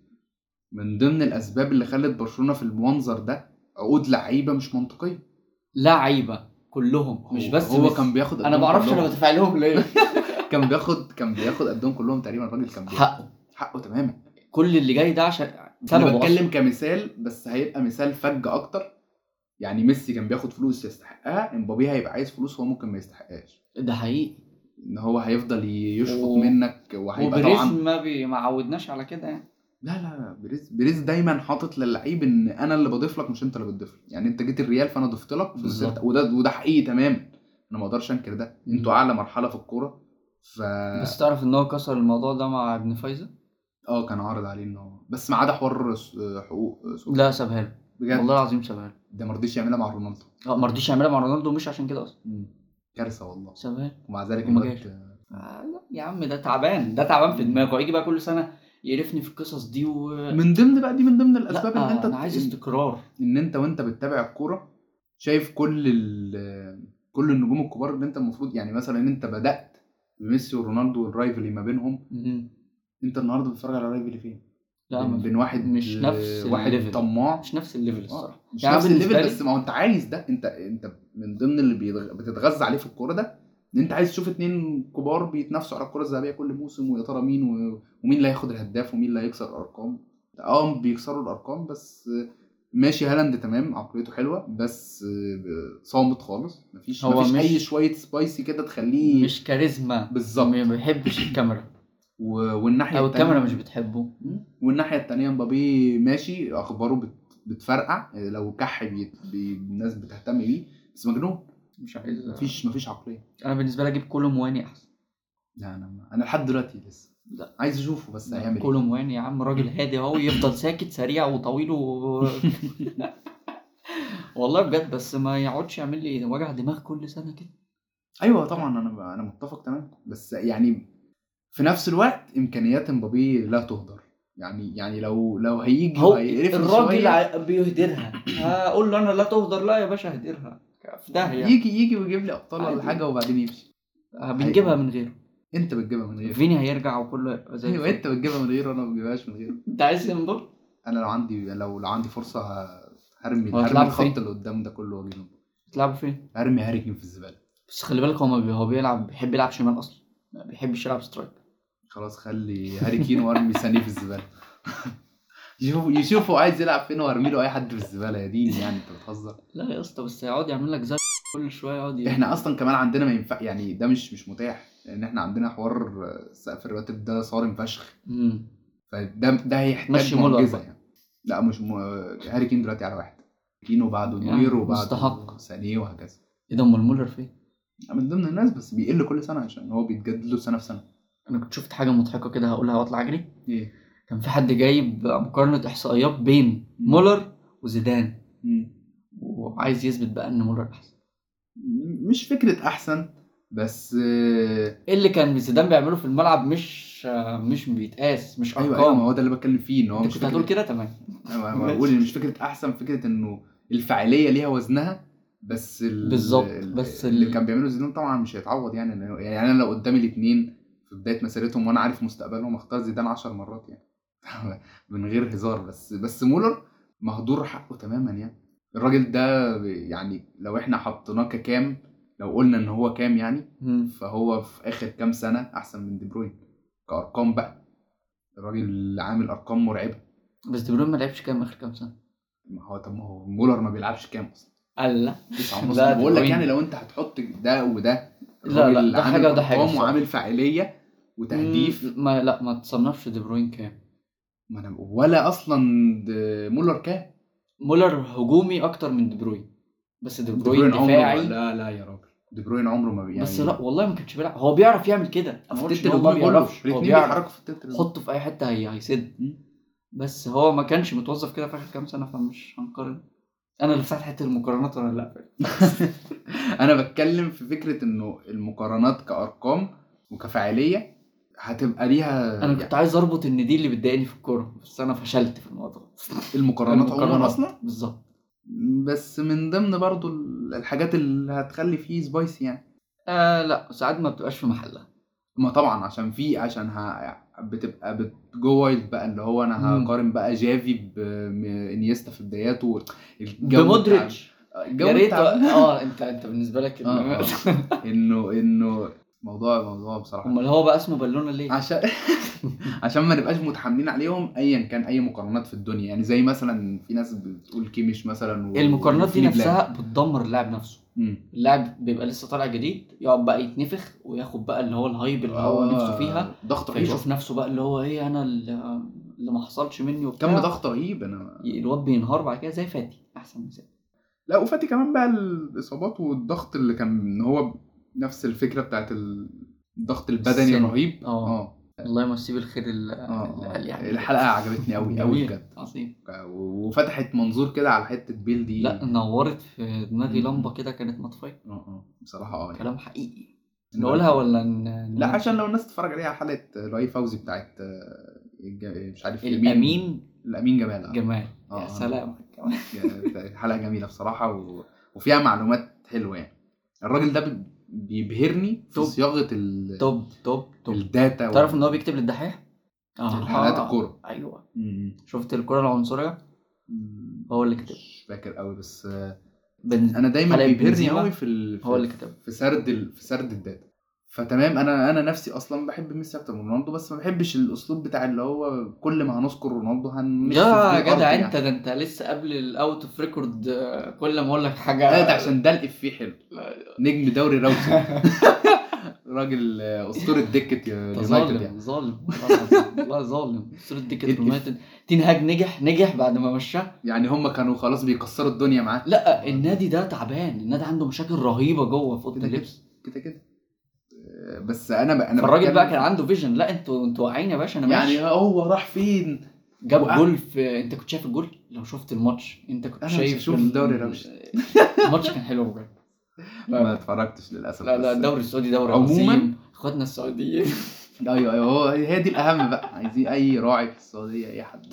من ضمن الاسباب اللي خلت برشلونه في المنظر ده عقود لعيبه مش منطقيه. لعيبه كلهم مش هو- بس هو ميسي. كان بياخد انا قدهم ما اعرفش كلهم. انا بدفع لهم ليه. كان بياخد كان بياخد قدهم كلهم تقريبا. الراجل كان بياخد حقه. حقه تماما. كل اللي جاي ده عشان انا سببه بتكلم أصلاً. كمثال، بس هيبقى مثال فج اكتر. يعني ميسي كان بياخد فلوس يستحقها، امبابي هيبقى عايز فلوس هو ممكن ما يستحقهاش. ده حقيقي. ان هو هيفضل يشفط و- منك، وهيبقى وبريز طبعا ما بي- ما عودناش على كده يعني. لا لا لا بريز بريز دايما حاطط للعيب ان انا اللي بضيف لك مش انت اللي بتضيف لي. يعني انت جيت الريال فانا ضفت لك بالظبط. ونزلت، وده وده حقيقي تماما. انا ما اقدرش انكر ده. مم. انتوا اعلى مرحله في الكوره. ف بس تعرف ان هو كسر الموضوع ده مع ابن فايزة. اه كان عارض عليه انه، بس ما عدا حوار س- حقوق سوري. لا سابها له. بجد والله العظيم سابها له. ده ما رضيش يعملها مع رونالدو. اه ما رضيش يعملها مع رونالدو مش عشان كده اصلا. مم. كارثه والله. سابها له. ومع ذلك وما الواد جاش. آه لا يا عم ده تعبان. ده تعبان في دماغه. يجي بقى كل سنه يقرفني في القصص دي و... من ضمن بقى دي من ضمن الاسباب لا ان انت انا عايز استقرار. ان انت وانت بتتابع الكوره شايف كل ال... كل النجوم الكبار اللي انت المفروض، يعني مثلا ان انت بدات بميسي ورونالدو والرايفلي ما بينهم. مم. انت النهارده بتتفرج على رايفلي فين؟ لا بين, ما بين واحد مش نفس واحد الليفل. طماع، مش نفس الليفل آه، الصراحه مش يعني نفس بالنسبة الليفل. لي- بس ما هو انت عايز ده، انت انت من ضمن اللي بيتغ- بتتغذى عليه في الكوره ده، ان انت عايز تشوف اتنين كبار بيتنافسوا على الكره الذهبيه كل موسم، ويا ترى مين و... ومين اللي هياخد الهداف ومين اللي هيكسر الارقام. اه بيكسروا الارقام بس ماشي. هالاند تمام، عقليته حلوه، بس صامت خالص. مفيش هو مفيش مش- اي شويه سبايسي كده تخليه مش كاريزما بالظبط. ما بيحبش الكاميرا و... والناحيه او الكاميرا التانية- مش بتحبه. والناحيه التانية مبابي ماشي، اخباره بت... بتفرقع. لو كح بي... بي... الناس بتهتم بيه، بس مجنون. مش عايز مفيش مفيش عقليه. انا بالنسبه لي اجيب كولو مواني احسن. لا انا انا لحد دلوقتي لسه لا. عايز اشوفه، بس هيعمل كولو ايه؟ مواني يا عم راجل هادي اهو، يفضل ساكت سريع وطويل و... والله بجد، بس ما يقعدش يعمل لي وجع دماغ كل سنه كده. ايوه طبعا، انا انا متفق تمام، بس يعني في نفس الوقت امكانيات مبابي لا تهدر. يعني يعني لو لو هيجي هو وهيقرفني الراجل شوية، ع- بيهدرها. هقول له انا لا تهدر، لا يا باشا هدرها في داهيه. يجي يجي ويجيب لي ابطال ولا عادي. حاجه وبعدين يمشي. آه، بنجيبها من غيره. انت بتجيبها من غيره. فيني هيرجع وكله هيبقى زي ايوه الفل. انت بتجيبها من غيره، انا ما بجيبهاش من غيره. انت عايز ينبر؟ انا لو عندي لو لو عندي فرصه ه- هرمي هو هرمي هتلعبوا الخط فين؟ اللي قدام ده كله واجيبه. تلعبوا فين؟ هرمي هاري كين في الزباله. بس خلي بالك هو ما بي- هو بيلعب بيحب يلعب شمال اصلا، ما بيحبش يلعب سترايك. خلاص خلي هاري كين وارمي سانيه في الزباله. يشوفوا يشوفوا عايز يلعب فين وارمي له اي حد في الزباله. يا ديني يعني انت بتهزر. لا يا اسطى، بس هيقعد يعمل لك زي كل شويه يقعد ي- احنا اصلا كمان عندنا ما ينفع، يعني ده مش مش متاح، لان احنا عندنا حوار سقف الراتب ده صارم فشخ. مم. فده ده هيحتاج مشي مولر معجزه بقى. يعني. لا مش م... هاري كين دلوقتي على واحد، كين وبعده يعني نوير وبعده مستحق. سانيه وهكذا. ايه ده امال مولر فين؟ من ضمن الناس، بس بيقل كل سنه عشان هو بيتجدد له سنه في سنه. انا كنت شفت حاجه مضحكه كده هقولها واطلع اجري. ايه؟ كان في حد جايب مقارنه احصائيات بين مولر وزيدان، مم. وعايز يثبت بقى ان مولر احسن. مش فكره احسن، بس آه، ايه اللي كان زيدان بيعمله في الملعب مش مش بيتقاس، مش ارقام. ايوه ايوه، ما هو ده اللي بتكلم فيه، ان هو انت مش كنت هتقول فكره. كده تمام. أنا بقول إن مش فكره احسن، فكره انه الفاعليه ليها وزنها. بس ال... بالظبط، ال- بس اللي ال- كان بيعمله زيدان طبعا مش هيتعوض. يعني أنا- يعني انا لو قدامي الاثنين في بدايه مسيرتهم وانا عارف مستقبلهم، اختار زيدان عشر مرات يعني. من غير هزار. بس بس مولر مهدور حقه تماما يعني. الراجل ده يعني لو احنا حطيناه ككام، لو قلنا ان هو كام يعني، مم. فهو في اخر كام سنه احسن من دي بروين كارقام بقى. الراجل عامل ارقام مرعبه. بس دي بروين ما لعبش كام اخر كام سنه. ما هو طب ما هو مولر ما بيلعبش كام اصلا. قال لا. تسعة ونص. لا، بقول لك دي يعني بروين. لو انت هتحط ده وده، لا، الراجل ده عامل حاجة وده حاجة أرقام الصراحة. وعامل فاعليه وتهديف. مم، ما لا ما تصنفش دي بروين كام. ما انا ولا اصلا ده مولر كام. مولر هجومي اكتر من دي بروين، بس دي دي بروين بروين عمره دفاعي. لا لا يا راجل، دي بروين عمره ما بي- يعني بس لا والله ما كانش بيلعب، هو بيعرف يعمل كده. انا ما في قلتش التلت ان هو ما الهجومي كله بيعرفش، هو الاثنين بيعرف. بيتحركوا في التلت الهجومي. حطه في اي حته هي هيسد. مم. بس هو ما كانش متوظف كده في اخر كام سنه، فمش هنقارن. انا اللي فتحت حته المقارنات ولا لا. انا بتكلم في فكره انه المقارنات كارقام وكفاعليه هتبقى ليها انا يعني كنت عايز اربط ان دي اللي بتضايقني في الكوره، بس انا فشلت في الموضوع. المقارنات عموما اصلا. بالظبط. بس من ضمن برضو الحاجات اللي هتخلي فيه سبايسي يعني. آه لا، ساعات ما بتبقاش في محلها. ما طبعا عشان في عشان ها بتبقى بتجوه بقى اللي هو انا مم. هقارن بقى جافي بانيستا في بداياته. الجو بمودريتش. بتاع- الجو يا ريت بتاع- اه انت انت بالنسبه لك ال- آه، آه. انه انه موضوع موضوع بصراحه. امال هو بقى اسمه بالونه ليه؟ عشان عشان ما نبقاش متحاملين عليهم ايا كان اي مقارنات في الدنيا. يعني زي مثلا في ناس بتقول كيميش مثلا و... المقارنات دي وفليب نفسها بتدمر اللاعب نفسه. مم. اللاعب بيبقى لسه طالع جديد، يقعد بقى يتنفخ وياخد بقى اللي هو الهايب اللي هو آه، نفسه فيها، ضغط رهيب. فيشوف نفسه بقى اللي هو ايه، انا اللي اللي ما حصلش مني وبتاع. كم ضغط رهيب. انا الواد بينهار بعد كده زي فاتي احسن مثال. لا وفاتي كمان بقى الاصابات والضغط اللي كان ان هو نفس الفكره بتاعت الضغط البدني السن. الرهيب. اه اه الله يمسيه بالخير ال- اه اللي آه. قال يعني الحلقه عجبتني قوي قوي جميل. بجد. عظيم. وفتحت منظور كده على حته بيل دي. لا نورت في دماغي مم. لمبه كده كانت مطفيه. اه اه بصراحه اه يعني. كلام حقيقي. نقولها ولا ن... لا عشان لو الناس تتفرج عليها حلقه لؤي فوزي بتاعت آه، الج- مش عارف يمين- الامين الامين جمال. آه. جمال. آه، يا آه. سلام. يعني حلقه جميله بصراحه و... وفيها معلومات حلوه يعني. الراجل ده بي- بيبهرني في توب. صياغه ال... توب توب توب. الداتا تعرف ان هو بيكتب للدحيح؟ آه. حلقات الكوره. ايوه مم. شفت الكره العنصريه مم. هو اللي كتب مش فاكر قوي بس آه، بن... انا دايما حلقة بيبهرني بنزيما قوي في ال... هو اللي في, كتب. في سرد ال... في سرد الداتا. فتمام انا انا نفسي اصلا بحب ميسي اكتر من رونالدو، بس ما بحبش الاسلوب بتاع اللي هو كل ما هنذكر رونالدو هنخسف يا بيه الارض جدع يعني. انت ده انت لسه قبل الاوت اوف ريكورد كل ما اقول لك لا حاجه ده عشان ده الافيه حلو. نجم دوري راوسي راجل آه، اسطوره دكه انت اليونايتد ظالم يعني. ظالم والله العظيم والله ظالم صورة دكة إيه- إيه. اليونايتد. تين هاج نجح نجح بعد ما مشاه. يعني هم كانوا خلاص بيكسروا الدنيا معاه. لا النادي ده تعبان، النادي عنده مشاكل رهيبه جوه في اوضه كده كده اللبس. كده كده آه، بس انا ب... انا فالراجل بتكلم بقى كان في- عنده فيجن. لا انتوا انتوا واعيين يا باشا انا يعني ماشي. هو راح فين. جاب وقع. جول في، انت كنت شايف الجول؟ لو شفت الماتش انت كنت أنا مش شايف هشوف ال- دوري روش. الماتش كان حلو بجد. لا ما لا اتفرجتش للاسف. لا, لا بس الدوري السعودي دوري عموماً- عظيم. اخواتنا السعوديين ايوه ايوه هو هي دي الاهم بقى. عايزين اي راعي في السعوديه اي حد.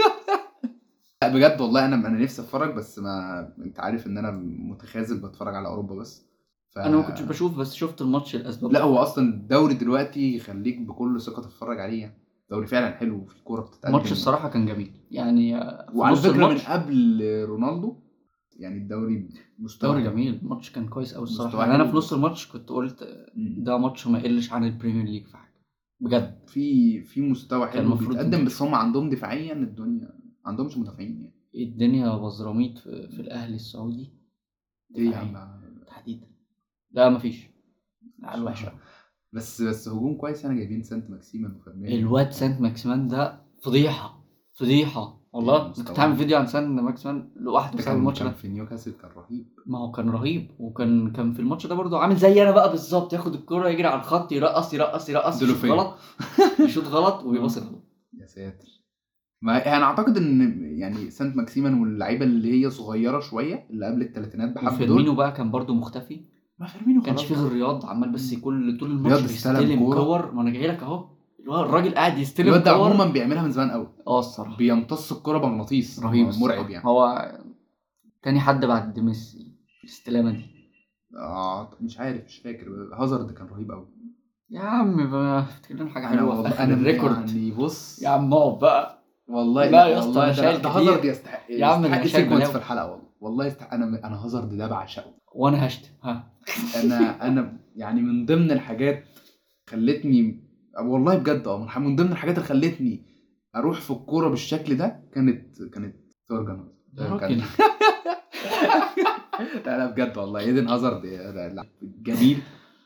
لا بجد والله انا انا نفسي اتفرج، بس ما انت عارف ان انا متخاذل بتفرج على اوروبا بس. ف... انا ما كنتش بشوف بس شفت الماتش الاسباب. لا هو اصلا الدوري دلوقتي يخليك بكل ثقه تتفرج عليه يعني. الدوري فعلا حلو وفي كوره بتتقدم. الماتش الصراحه كان جميل يعني. في وعلى نص فكره من الماتش قبل رونالدو يعني الدوري مستوى دوري حلو. جميل. الماتش كان كويس قوي الصراحه مستوى يعني. انا حلو في نص بس. الماتش كنت قلت مم. ده ماتش ما يقلش عن البريمير ليج في حاجه بجد. في في مستوى كان حلو المفروض بيتقدم، انت بس هم عندهم دفاعيا الدنيا ما عندهمش مدافعين يعني. الدنيا بزراميط في, في الاهلي السعودي ايه يا دفاعيا عم. تحديدا. لا مفيش على الوحشه. بس بس هجوم كويس يعني. جايبين سانت ماكسيمان وفيرمينيو. الواد سانت ماكسيمان ده فضيحه فضيحه والله. انا مستواه. كنت عامل فيديو عن سانت ماكسيمان لوحده ده بسبب كان الماتش كان ده. في نيوكاسل كان رهيب. ما هو كان رهيب. وكان كان في الماتش ده برضه عامل زي انا بقى بالظبط. ياخد الكرة يجري على الخط يرقص يرقص يرقص يشوط دلوفين. غلط يشوط غلط ويباصي غلط. يا ساتر. ما انا اعتقد ان يعني سانت ماكسيمان واللعيبه اللي هي صغيره شويه اللي قبل الثلاثينات بحب وفيرمينو دول. بقى كان برضه مختفي. ما فيرمينو ما كانش خلاص فيه غير بقى. رياض عمال بس كل طول رياض الماتش استلم بيستلم كورة. كور. ما انا جاي لك اهو. الواد- الراجل قاعد يستلم الواد ده كور. عموما بيعملها من زمان قوي. اه الصراحه بيمتص الكرة بمغناطيس رهيب مرعب الصراحة. يعني. هو تاني حد بعد ميسي الاستلامه دي. اه مش عارف مش فاكر. هازارد كان رهيب قوي. يا عم بقى افتكرنا حاجه انا حلوه في والله اخر انا الريكورد. يعني بص يا عم اقعد بقى. والله لا يا اسطى والله انا ده, شايل ده هازارد كتير. يستحق يا عم ده يستحق انا شايل سيكونس بلاوي. في الحلقه والله. والله يستحق. انا انا هازارد ده بعشقه. وانا هشتم ها. انا انا يعني من ضمن الحاجات خلتني والله بجد اه من ضمن الحاجات اللي خلتني اروح في الكوره بالشكل ده كانت كانت تورجان. يا راجل. لا لا بجد والله ايدن هازارد لا- لا، جميل.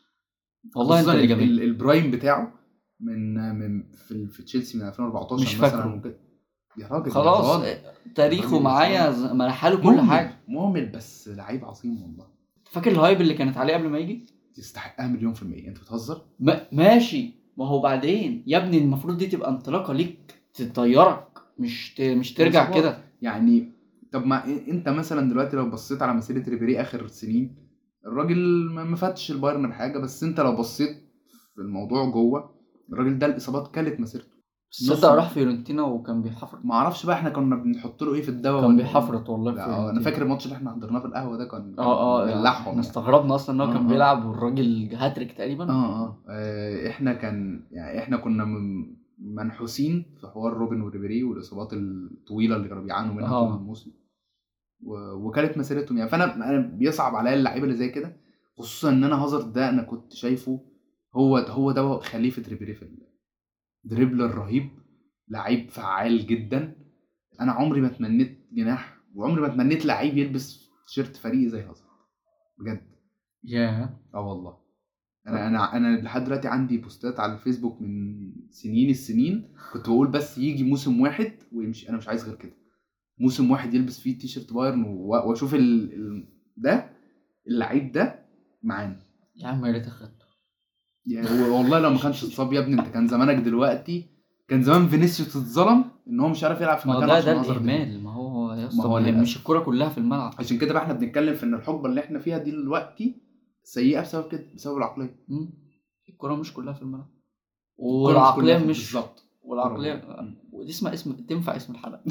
والله انت خصوصاً اللي ال- جميل. ال- البرايم بتاعه من من في في تشيلسي من ألفين وأربعتاشر مش مثلا فاكره. وكده. يا راجل يا خلاص ظالم. تاريخه الراجل معايا يصاب. ز- منحاله كل مهمل حاجه. مهمل بس لعيب عظيم والله. فاكر الهايب اللي كانت عليه قبل ما يجي؟ يستحقها مليون في المية. انت بتهزر؟ ما ماشي. ما هو بعدين يا ابني المفروض دي تبقى انطلاقه ليك تطيرك مش ت... مش ترجع إصابات. كده. يعني طب ما إيه- انت مثلا دلوقتي لو بصيت على مسيرة ريبيري اخر سنين الراجل ما ما فاتش البايرن بحاجة، بس انت لو بصيت في الموضوع جوه الراجل ده الاصابات كلت مسيرته. بس صدق راح فيورنتينا وكان بيحفرط. ما اعرفش بقى احنا كنا بنحط له ايه في الدواء كان ولا بيحفرط والله. لا في آه، انا فيورنتينا. فاكر الماتش اللي احنا حضرناه في القهوة ده كان اه اه بنلعهم احنا يعني. استغربنا اصلا ان هو آه، كان آه. بيلعب والراجل هاتريك تقريبا. اه اه آه، احنا كان يعني احنا كنا من- منحوسين في حوار روبن وريبيري والاصابات الطويله اللي كانوا بيعانوا منها آه. طول الموسم و- وكانت مسيرتهم يعني. فانا انا بيصعب عليا اللعيبه اللي زي كده، خصوصا ان انا هازارد ده انا كنت شايفه هو هو ده خليفه ريبيري في الدريبلر رهيب، لعيب فعال جدا. انا عمري ما تمنيت جناح وعمري ما تمنيت لعيب يلبس تيشيرت فريق زي هازارد بجد. ياه. اه والله انا انا انا لحد دلوقتي عندي بوستات على الفيسبوك من سنين السنين كنت بقول بس يجي موسم واحد ويمشي. انا مش عايز غير كده. موسم واحد يلبس فيه تيشيرت بايرن و- واشوف ال... ال... ده اللعيب ده معانا. يا عم يا ريت اخدته. يعني هو والله لو ما كانش اتصاب يا ابني انت كان زمانك دلوقتي كان زمان فينيسيوس اتظلم ان هو مش عارف يلعب في ما هو مكانه ده عشان ده هازارد جه. الاهمال. ما هو يا ما اسطى هو ما هي- للأسف. مش الكرة كلها في الملعب. عشان كده بقى احنا بنتكلم في ان الحقبه اللي احنا فيها دي دلوقتي سيئه بسبب كده، بسبب العقليه. مم. الكرة مش كلها في الملعب. الكرة والعقلية كلها مش بالظبط. والعقلية مم. ودي اسمها اسم تنفع اسم الحلقة.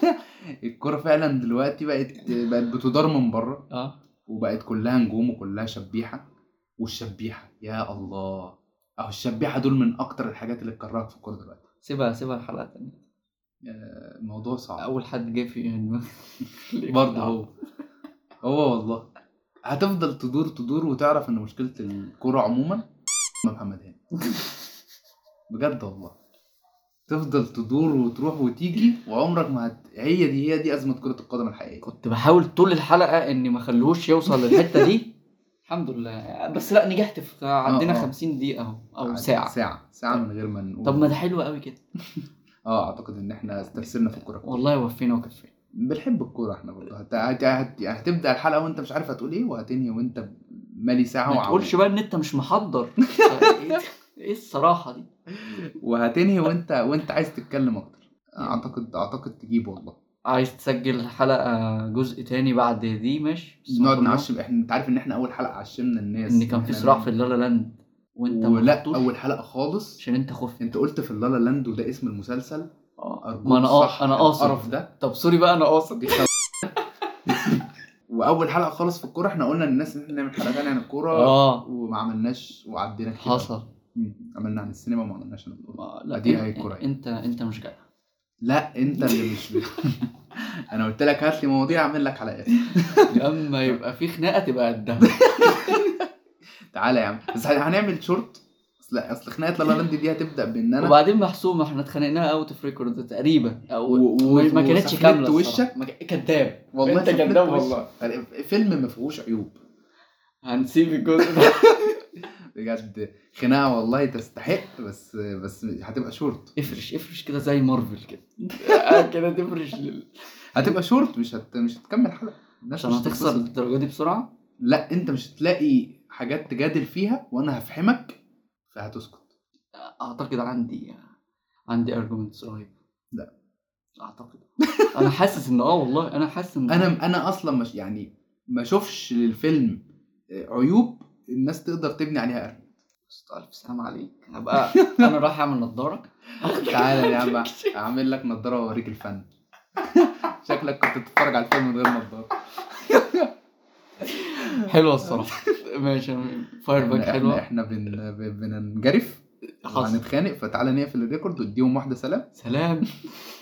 الكرة فعلا دلوقتي بقت بقت بتدار من بره اه وبقت كلها نجوم وكلها شبيحة. والشبيحة يا الله اهو الشبيحة دول من اكتر الحاجات اللي تكرهك في الكورة دلوقتي. سيبها سيبها الحلقه الثانيه. آه، الموضوع صعب اول حد جه في دماغي برضه هو هو والله هتفضل تدور تدور وتعرف ان مشكله الكوره عموما محمد هاني بجد والله تفضل تدور وتروح وتيجي وعمرك ما هت... هي دي هي دي ازمه كره القدم الحقيقيه. كنت بحاول طول الحلقه اني ما خلوش يوصل للحته دي. الحمد لله. بس لا نجحت في عندنا آه، آه. خمسين دقيقه اهو او عادي. ساعه. ساعه ساعه من غير ما نقول. طب ما ده حلو قوي كده. اه اعتقد ان احنا استرسلنا في الكوره. والله وفينا وكفينا. بنحب الكوره احنا برضه. هت... هت... هت... هتبدا الحلقه وانت مش عارف هتقول ايه وهتنهي وانت مالي ساعه ما وعاوز. تقولش بقى ان انت مش محضر. ايه إيه الصراحه دي. وهتنهي وانت وانت عايز تتكلم اكتر. يعني. اعتقد اعتقد تجيب والله. عايز تسجل حلقه جزء تاني بعد دي ماشي. بس نقعد كلهم- نعشم. احنا انت عارف ان احنا اول حلقه عشمنا الناس ان كان في إحنا صراع نعمل- في اللالا لاند وانت ما ولا خدتوش اول حلقه خالص عشان انت خفت. انت قلت في اللالا لاند وده اسم المسلسل. آه. أرجوك ما انا صح اه انا قاصد. القرف ده. طب سوري بقى انا قاصد. دي خ- واول حلقه خالص في الكوره احنا قلنا للناس ان احنا نعمل حلقه ثانيه عن الكوره اه وما عملناش وعدينا كده. حصل. مم. عملنا عن السينما وما عملناش عن الكوره. ما- لا دي إن- هي الكورة. انت انت مش جدع. لا انت اللي مش بت... انا قلت لك هات لي مواضيع اعمل لك حلقات. لما يبقى في خناقه تبقى قدها. تعالى يا عم بس هنعمل شورت. اصل اصل خناقه لا لا لاند دي هتبدا بان انا وبعدين محسومه احنا اتخانقناها اوت اوف ريكورد تقريبا او و- و- ما كانتش وسفلت كامله وشك. الصراحة. ما ك- كداب والله انت سفلت كداب وشك. والله. فيلم ما فيهوش عيوب هنسيب الجزء ده. بجد. خناقه والله تستحق بس بس هتبقى شورت. افرش افرش كده زي مارفل كده. آه كده تفرش لل... هتبقى شورت مش هت... مش هتكمل حلقه. الناس عشان مش هتخسر هتتبسط. الدرجه دي بسرعه. لا انت مش هتلاقي حاجات تجادل فيها وانا هفهمك فهتسكت. اعتقد عندي عندي ارجيومنتس رهيب. لا. اعتقد انا حاسس ان اه والله انا حاسس ان انا انا اصلا مش يعني ما اشوفش للفيلم عيوب الناس تقدر تبني عليها ارجل. الف سلام عليك. هبقى انا رايح اعمل نظاره. تعالى يا عم اعمل لك نظاره واوريك الفن. شكلك كنت بتتفرج على الفيلم من غير نظاره. حلوه الصراحه. ماشي فاير باك احنا حلوه. احنا بن... بن- بننجرف حصل. وهنتخانق فتعالى نقفل الريكورد واديهم واحده سلام. سلام.